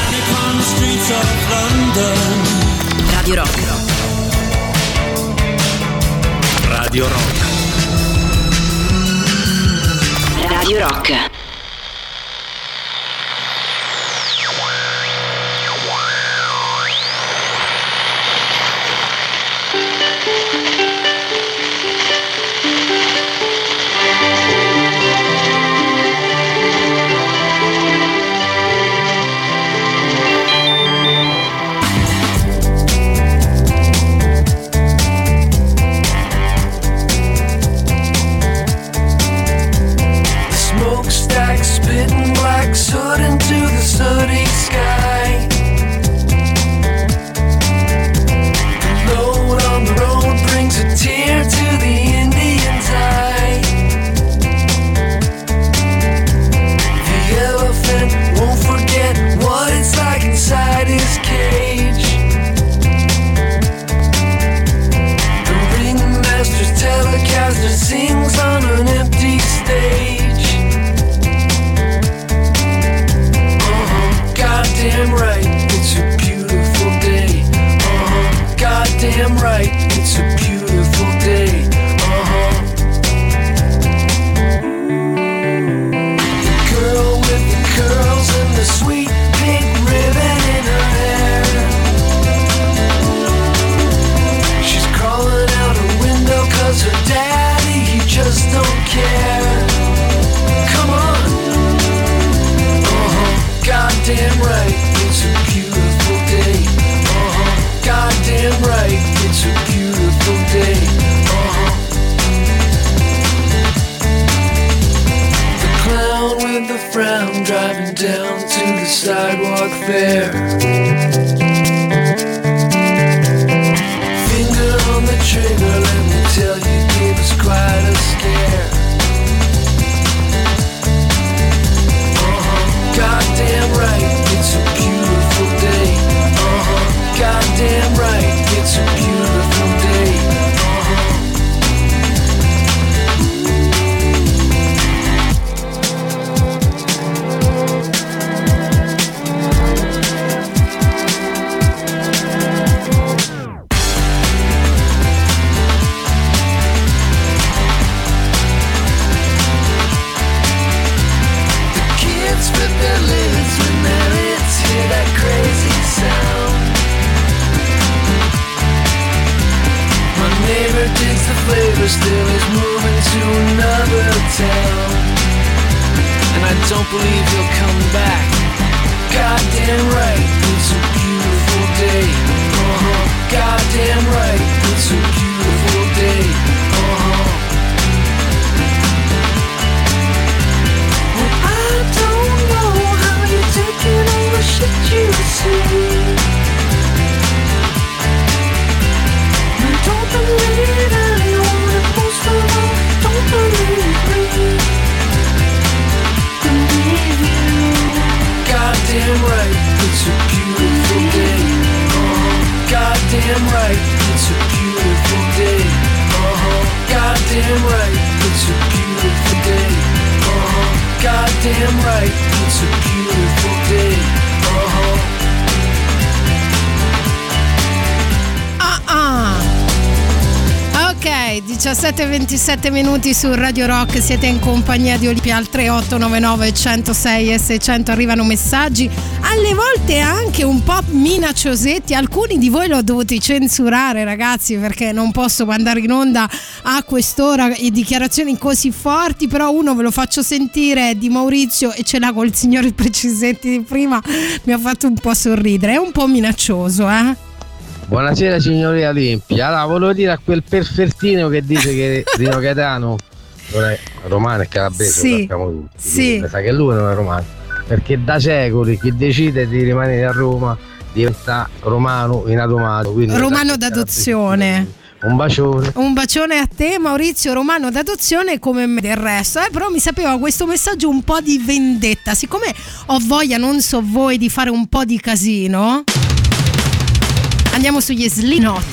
Radio Rock. Radio Rock. Radio Rock. sidewalk there. Finger on the trigger, let me tell you, gave us quite a scare. Goddamn right, it's a beautiful day. Goddamn right, it's a beautiful day. Still is moving to another town, and I don't believe he'll come back. Goddamn right, it's a beautiful day. Goddamn right, it's a beautiful day. Well, I don't know how you're taking all the shit you see. I don't believe anyone. Most of all, don't believe me. Believe you. Goddamn right, it's a beautiful day. Goddamn right, it's a beautiful day. Goddamn right, it's a beautiful day. Goddamn right, it's a beautiful day. Ok, 17:27 minuti su Radio Rock, siete in compagnia di Olimpia al 3899 106 e 600, arrivano messaggi, alle volte anche un po' minacciosetti, alcuni di voi l'ho dovuti censurare ragazzi perché non posso mandare in onda a quest'ora dichiarazioni così forti, però uno ve lo faccio sentire, di Maurizio, e ce l'ha col signor Precisetti di prima, mi ha fatto un po' sorridere, è un po' minaccioso, Buonasera signorina Olimpia. Allora volevo dire a quel perfettino che dice che Rino Gaetano non è romano e calabrese, sì, lo sappiamo tutti. sì. Mi sa che lui non è romano, perché da secoli chi decide di rimanere a Roma diventa romano in automato. Romano d'adozione. Un bacione. Un bacione a te Maurizio, romano d'adozione come me del resto, però mi sapeva questo messaggio un po' di vendetta, siccome ho voglia, non so voi, di fare un po' di casino. Andiamo sugli Slipknot.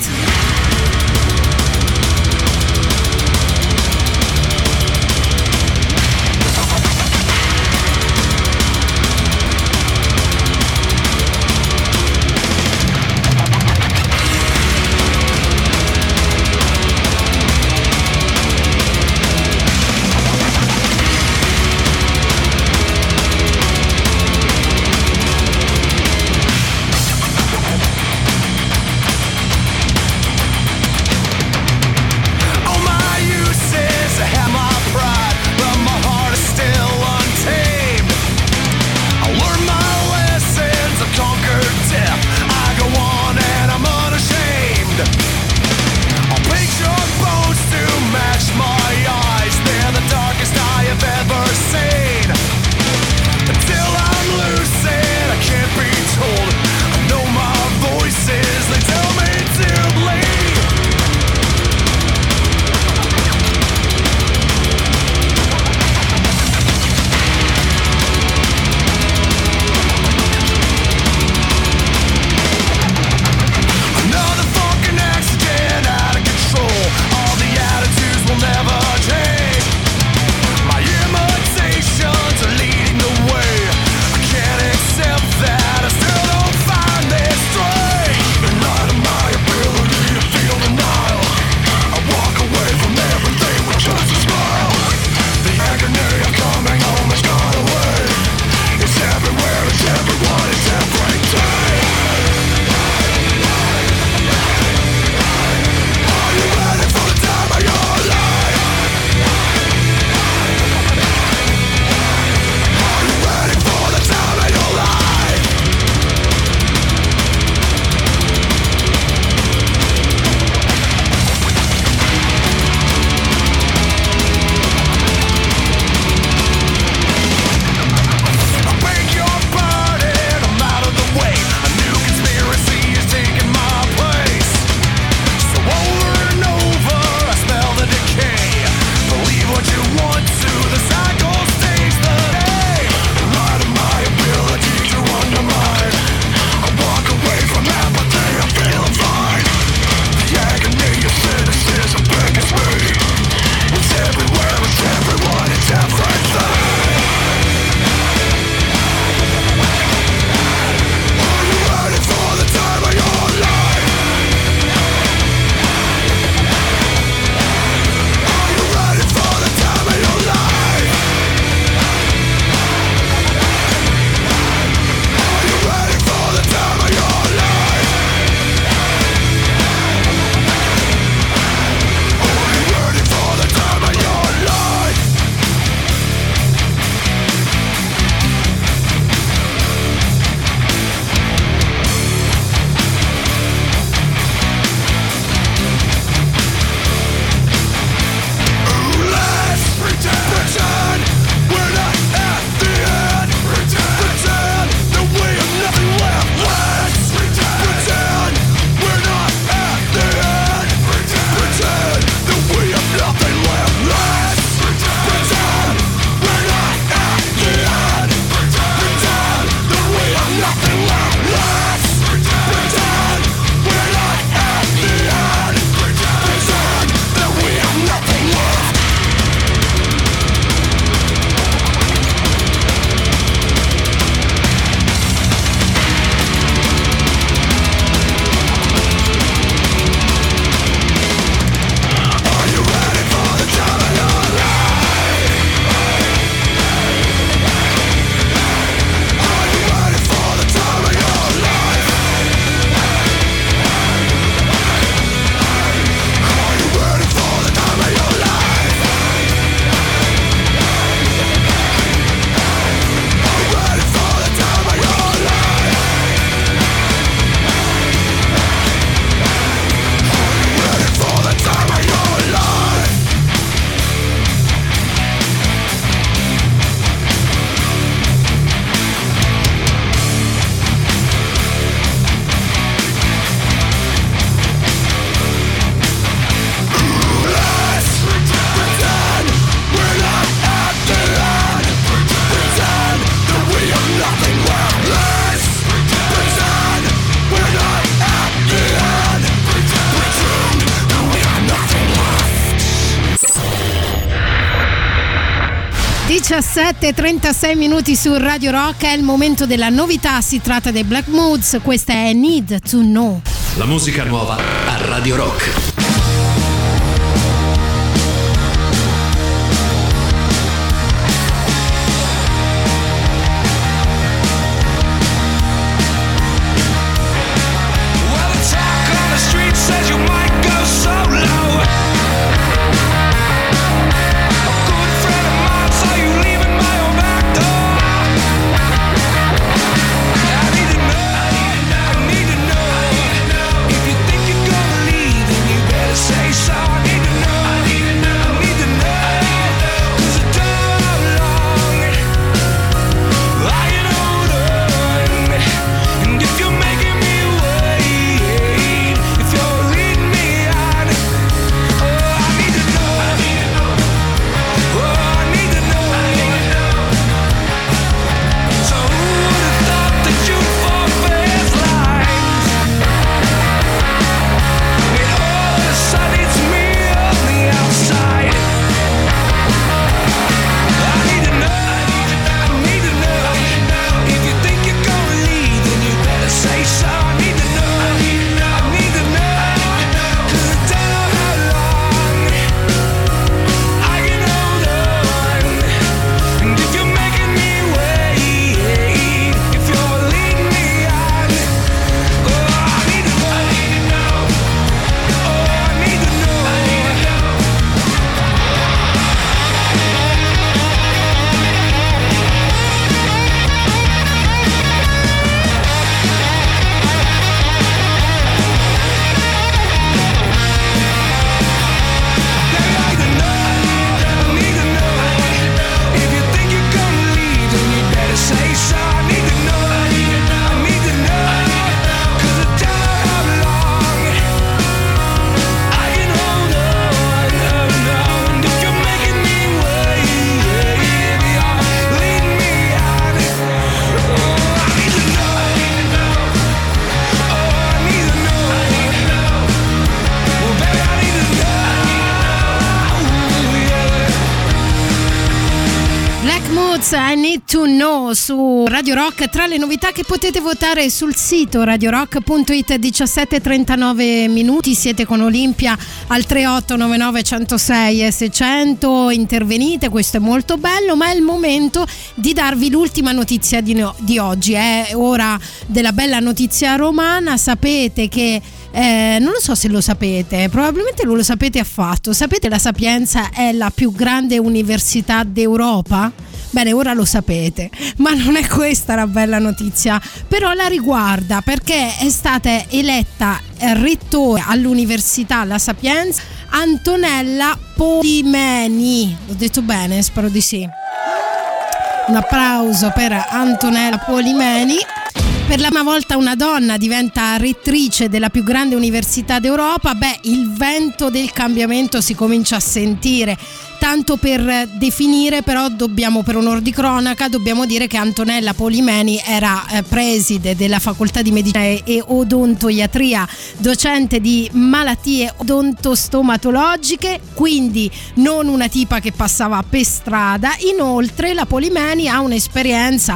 17:36 minuti su Radio Rock, è il momento della novità, si tratta dei Black Moods, questa è Need to Know. La musica nuova a Radio Rock. If you think you're gonna leave, then you Moods, I Need to Know su Radio Rock, tra le novità che potete votare sul sito radiorock.it. 17:39 minuti, siete con Olimpia al 3899 106 e 600, intervenite, questo è molto bello, ma è il momento di darvi l'ultima notizia di oggi. È ora della bella notizia romana. Sapete che non lo so se lo sapete, probabilmente non lo sapete affatto. Sapete, la Sapienza è la più grande università d'Europa? Bene, ora lo sapete, ma non è questa la bella notizia, però la riguarda perché è stata eletta rettore all'Università La Sapienza Antonella Polimeni. L'ho detto bene? Spero di sì. Un applauso per Antonella Polimeni. Per la prima volta una donna diventa rettrice della più grande università d'Europa. Il vento del cambiamento si comincia a sentire. Tanto per definire, però, per onor di cronaca, dobbiamo dire che Antonella Polimeni era preside della facoltà di medicina e odontoiatria, docente di malattie odontostomatologiche, quindi non una tipa che passava per strada. Inoltre la Polimeni ha un'esperienza,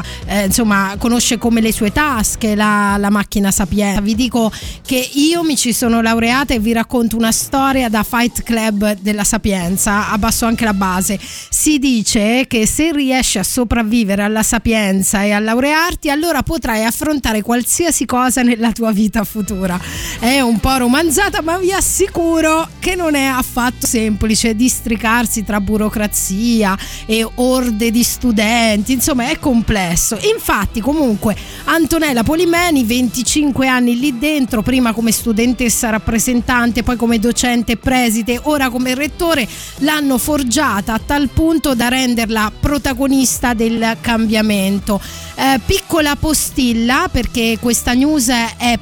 conosce come le sue tasche la macchina Sapienza. Vi dico che io mi ci sono laureata e vi racconto una storia da Fight Club della Sapienza. Abbasso anche la base. Si dice che se riesci a sopravvivere alla Sapienza e a laurearti, allora potrai affrontare qualsiasi cosa nella tua vita futura. È un po' romanzata, ma vi assicuro che non è affatto semplice districarsi tra burocrazia e orde di studenti, insomma è complesso. Infatti, comunque, Antonella Polimeni, 25 anni lì dentro, prima come studentessa rappresentante, poi come docente preside, ora come rettore, l'hanno forgiata a tal punto da renderla protagonista del cambiamento. Piccola postilla, perché questa news è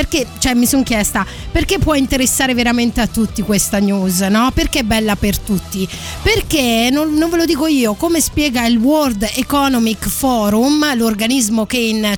mi sono chiesta perché può interessare veramente a tutti questa news, no? Perché è bella per tutti? Perché non ve lo dico io, come spiega il World Economic Forum, l'organismo che in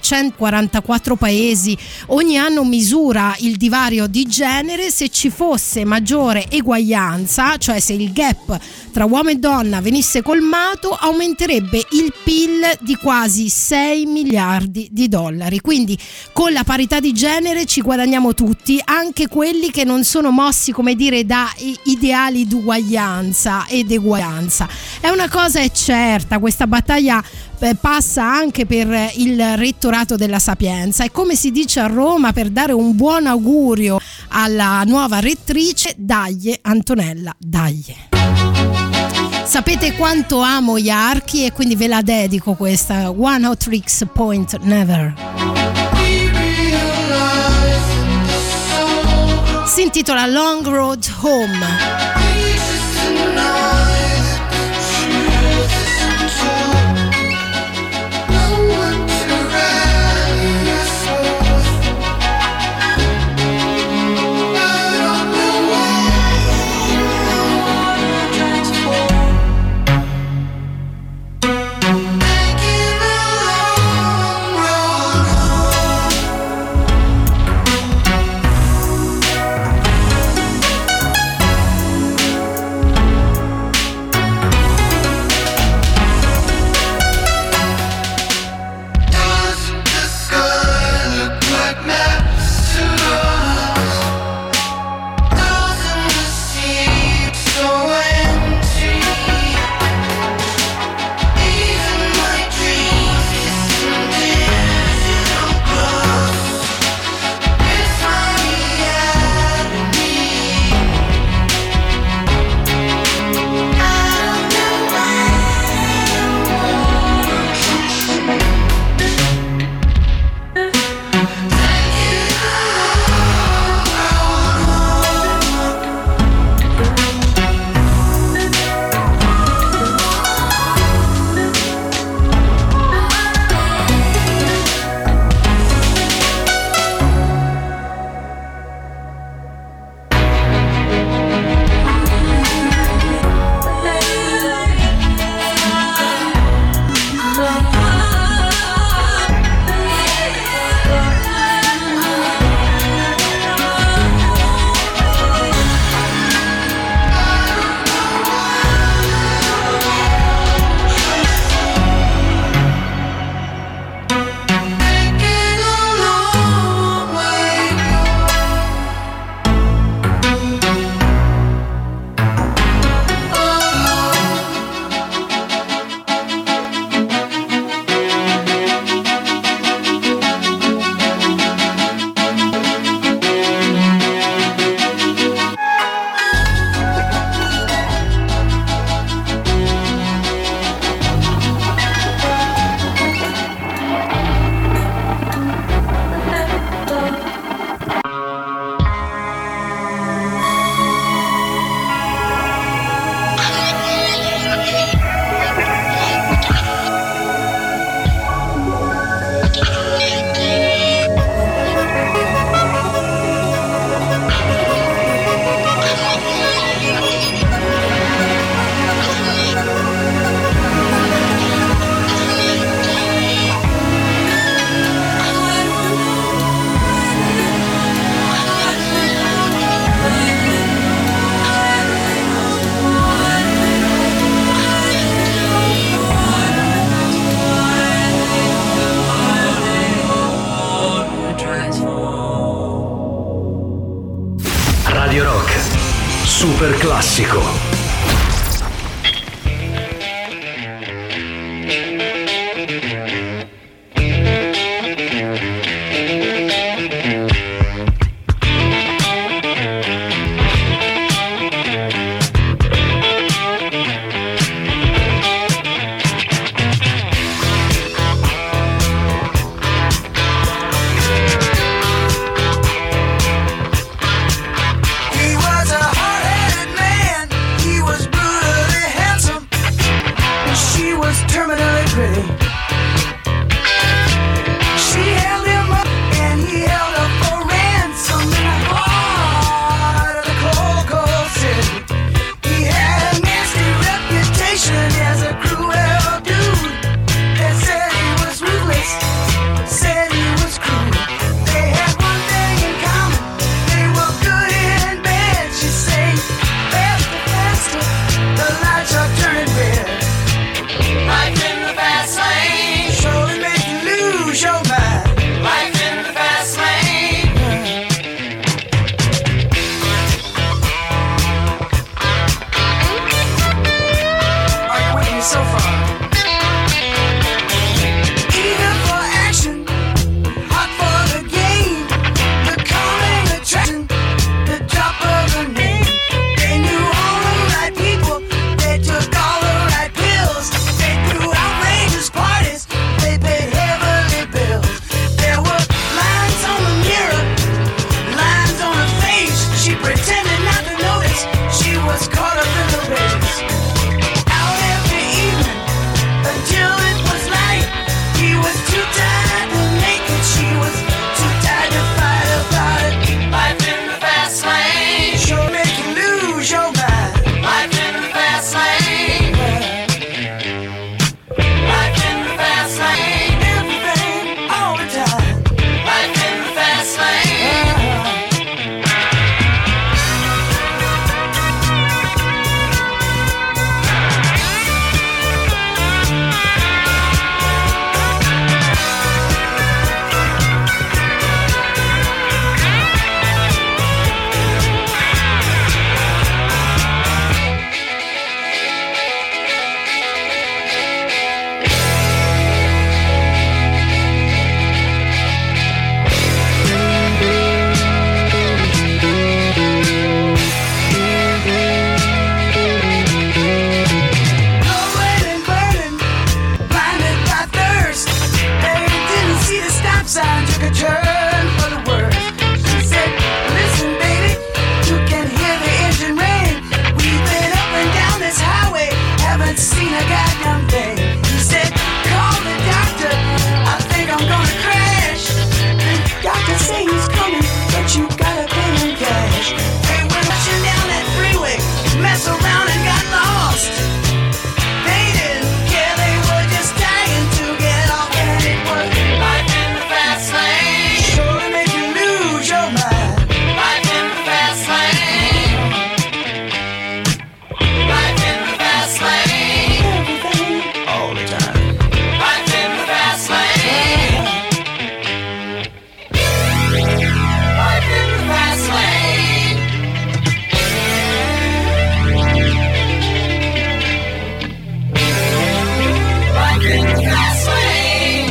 144 paesi ogni anno misura il divario di genere, se ci fosse maggiore eguaglianza, cioè se il gap tra uomo e donna venisse colmato, aumenterebbe il PIL di quasi 6 miliardi di dollari. Quindi con la parità di genere ci guadagniamo tutti, anche quelli che non sono mossi, come dire, da ideali d'uguaglianza ed eguaglianza. È una cosa è certa, questa battaglia passa anche per il rettorato della Sapienza, e come si dice a Roma, per dare un buon augurio alla nuova rettrice, dagli Antonella, dagli. Sapete quanto amo gli archi e quindi ve la dedico questa, One Hot Tricks Point Never. Si intitola Long Road Home. she was terminally pretty. She held him up and he held up for ransom in the heart of the cold, cold city. He had a nasty reputation as a cruel dude. They said he was ruthless, said he was cruel. They had one thing in common, they were good and bad. She said, faster, faster, the lights are turning red. Life in the fast lane surely make you lose your mind. Life in the fast lane. Are you with me so far? Eager for action, hot for the game, the calming attraction, the drop of the name. They knew all the right people, they took all the right pills. They threw outrageous parties, they paid heavily bills. There were lines on the mirror, lines on her face. She pretended not to notice, she was caught up in the race. Out every evening until it was light. He was too tired to make it, she was too tired to fight about it. Life in the fast lane sure make you lose your mind. Life in the fast lane. Life in the fast lane. Everything all the time. Life in the fast lane. Cold and burning, blinded by thirst. They didn't see the stop sign, took a turn for the worse. She said, listen baby, you can hear the engine rain. We've been up and down this highway, haven't seen a goddamn thing. He said, call the doctor, I think I'm gonna crash. The doctor say he's coming, but you gotta pay him cash. They were rushing down that freeway, mess around and got lost. They didn't care, they were just dying to get off. And it was life in the fast lane, sure to make you lose your mind. Life in the fast lane. Life in the fast lane. Everything all the time. Life in the fast lane. Life in the fast lane. Life in the fast lane.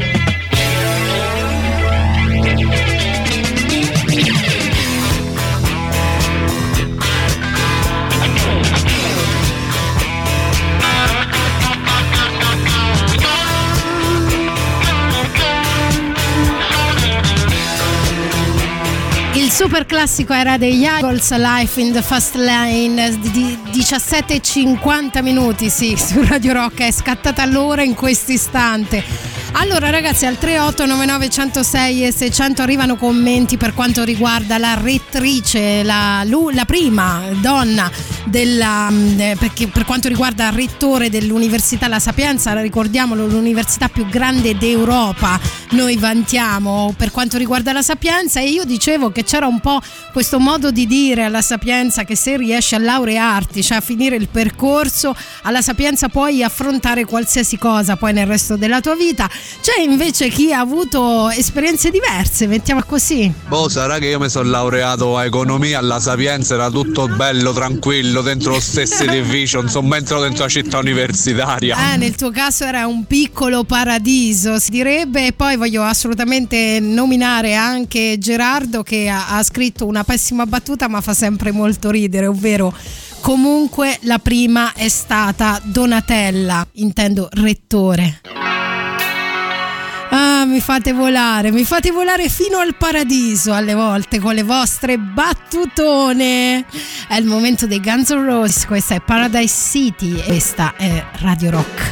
Il super classico era degli Eagles, Life in the Fast Lane, di 17:50 minuti, sì, su Radio Rock è scattata l'ora in questo istante. Allora ragazzi, al 3899 106 e 600 arrivano commenti per quanto riguarda la rettrice, la prima donna perché per quanto riguarda il rettore dell'Università La Sapienza, ricordiamolo, l'università più grande d'Europa, noi vantiamo per quanto riguarda La Sapienza. E io dicevo che c'era un po' questo modo di dire alla Sapienza che se riesci a laurearti, cioè a finire il percorso alla Sapienza, puoi affrontare qualsiasi cosa poi nel resto della tua vita. C'è invece chi ha avuto esperienze diverse, mettiamo così. Boh, sarà che io mi sono laureato a economia alla Sapienza, era tutto bello, tranquillo, dentro lo stesso edificio, insomma entro dentro la città universitaria. Nel tuo caso era un piccolo paradiso, si direbbe. E poi voglio assolutamente nominare anche Gerardo che ha scritto una pessima battuta ma fa sempre molto ridere, ovvero: comunque la prima è stata Donatella, intendo rettore. mi fate volare fino al paradiso alle volte con le vostre battutone. È il momento dei Guns N' Roses, questa è Paradise City e questa è Radio Rock.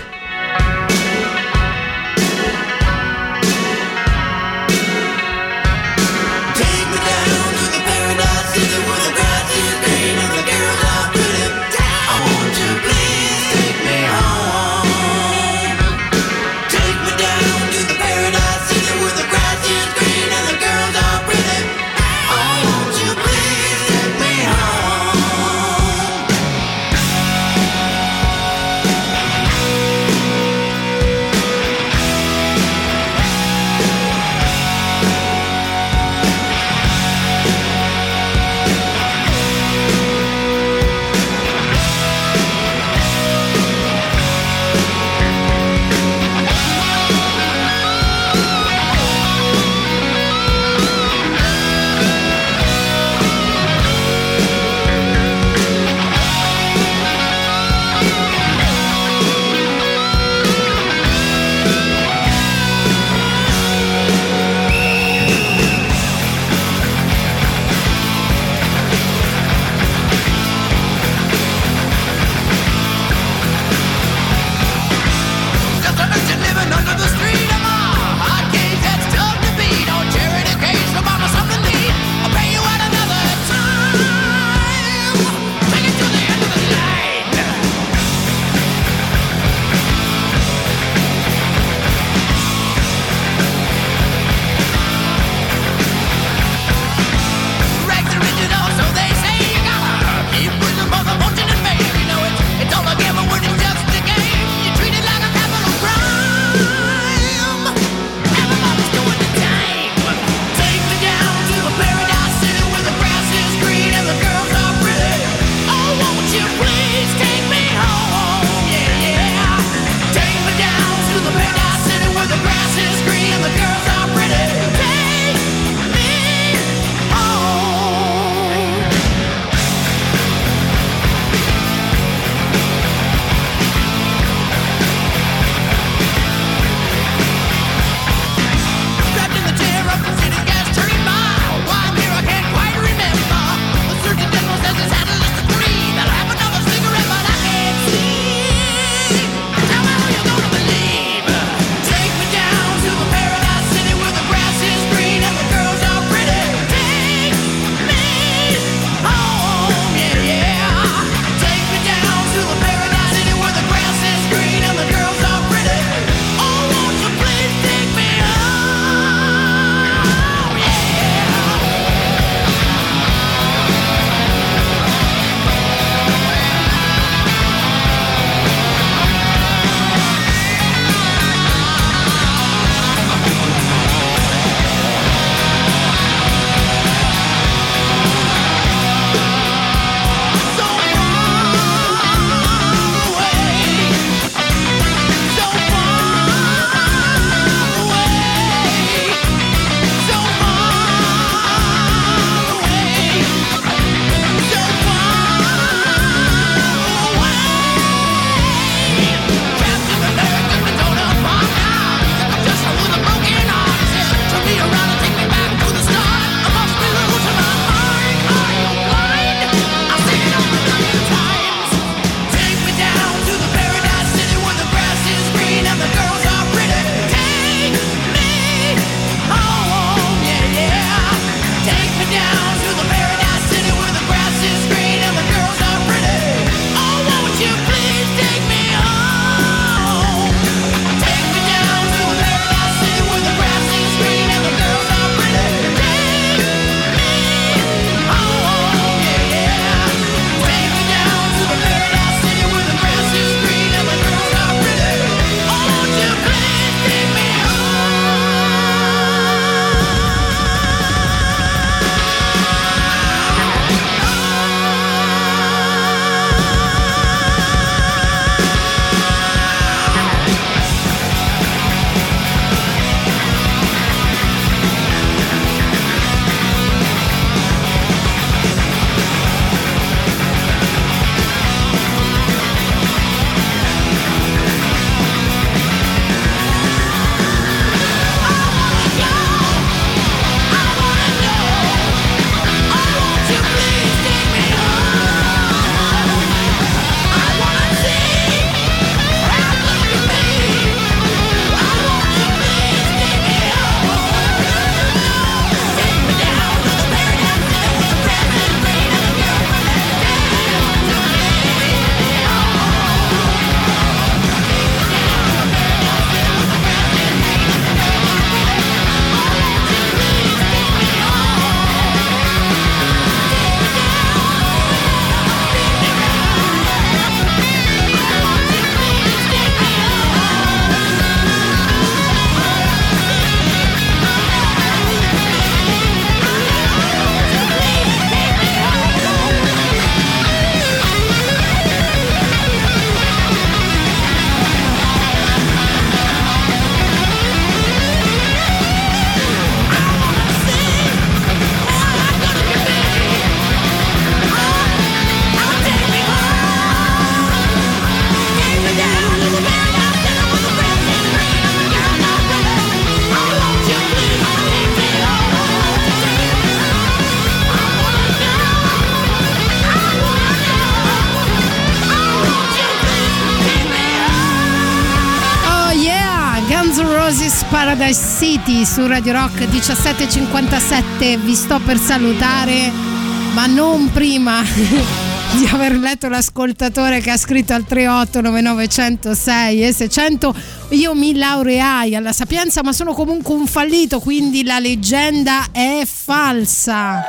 Take Roses, Paradise City su Radio Rock. 17:57. Vi sto per salutare, ma non prima di aver letto l'ascoltatore che ha scritto al 3899 106 e 600. Io mi laureai alla Sapienza, ma sono comunque un fallito, quindi la leggenda è falsa.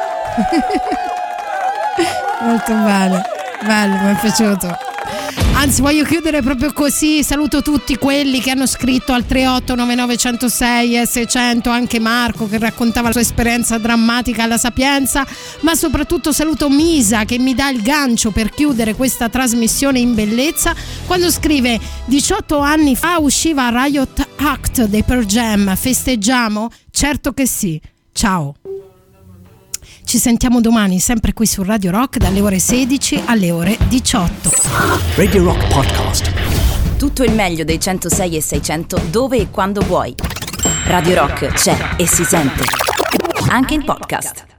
Molto bello, mi è piaciuto. Anzi, voglio chiudere proprio così. Saluto tutti quelli che hanno scritto al 3899 106 e 600, anche Marco che raccontava la sua esperienza drammatica alla Sapienza, ma soprattutto saluto Misa che mi dà il gancio per chiudere questa trasmissione in bellezza quando scrive: 18 anni fa usciva Riot Act dei Pearl Jam, festeggiamo? Certo che sì. Ciao. Ci sentiamo domani sempre qui su Radio Rock dalle ore 16 alle ore 18. Radio Rock Podcast. Tutto il meglio dei 106 e 600 dove e quando vuoi. Radio Rock c'è e si sente. Anche in podcast.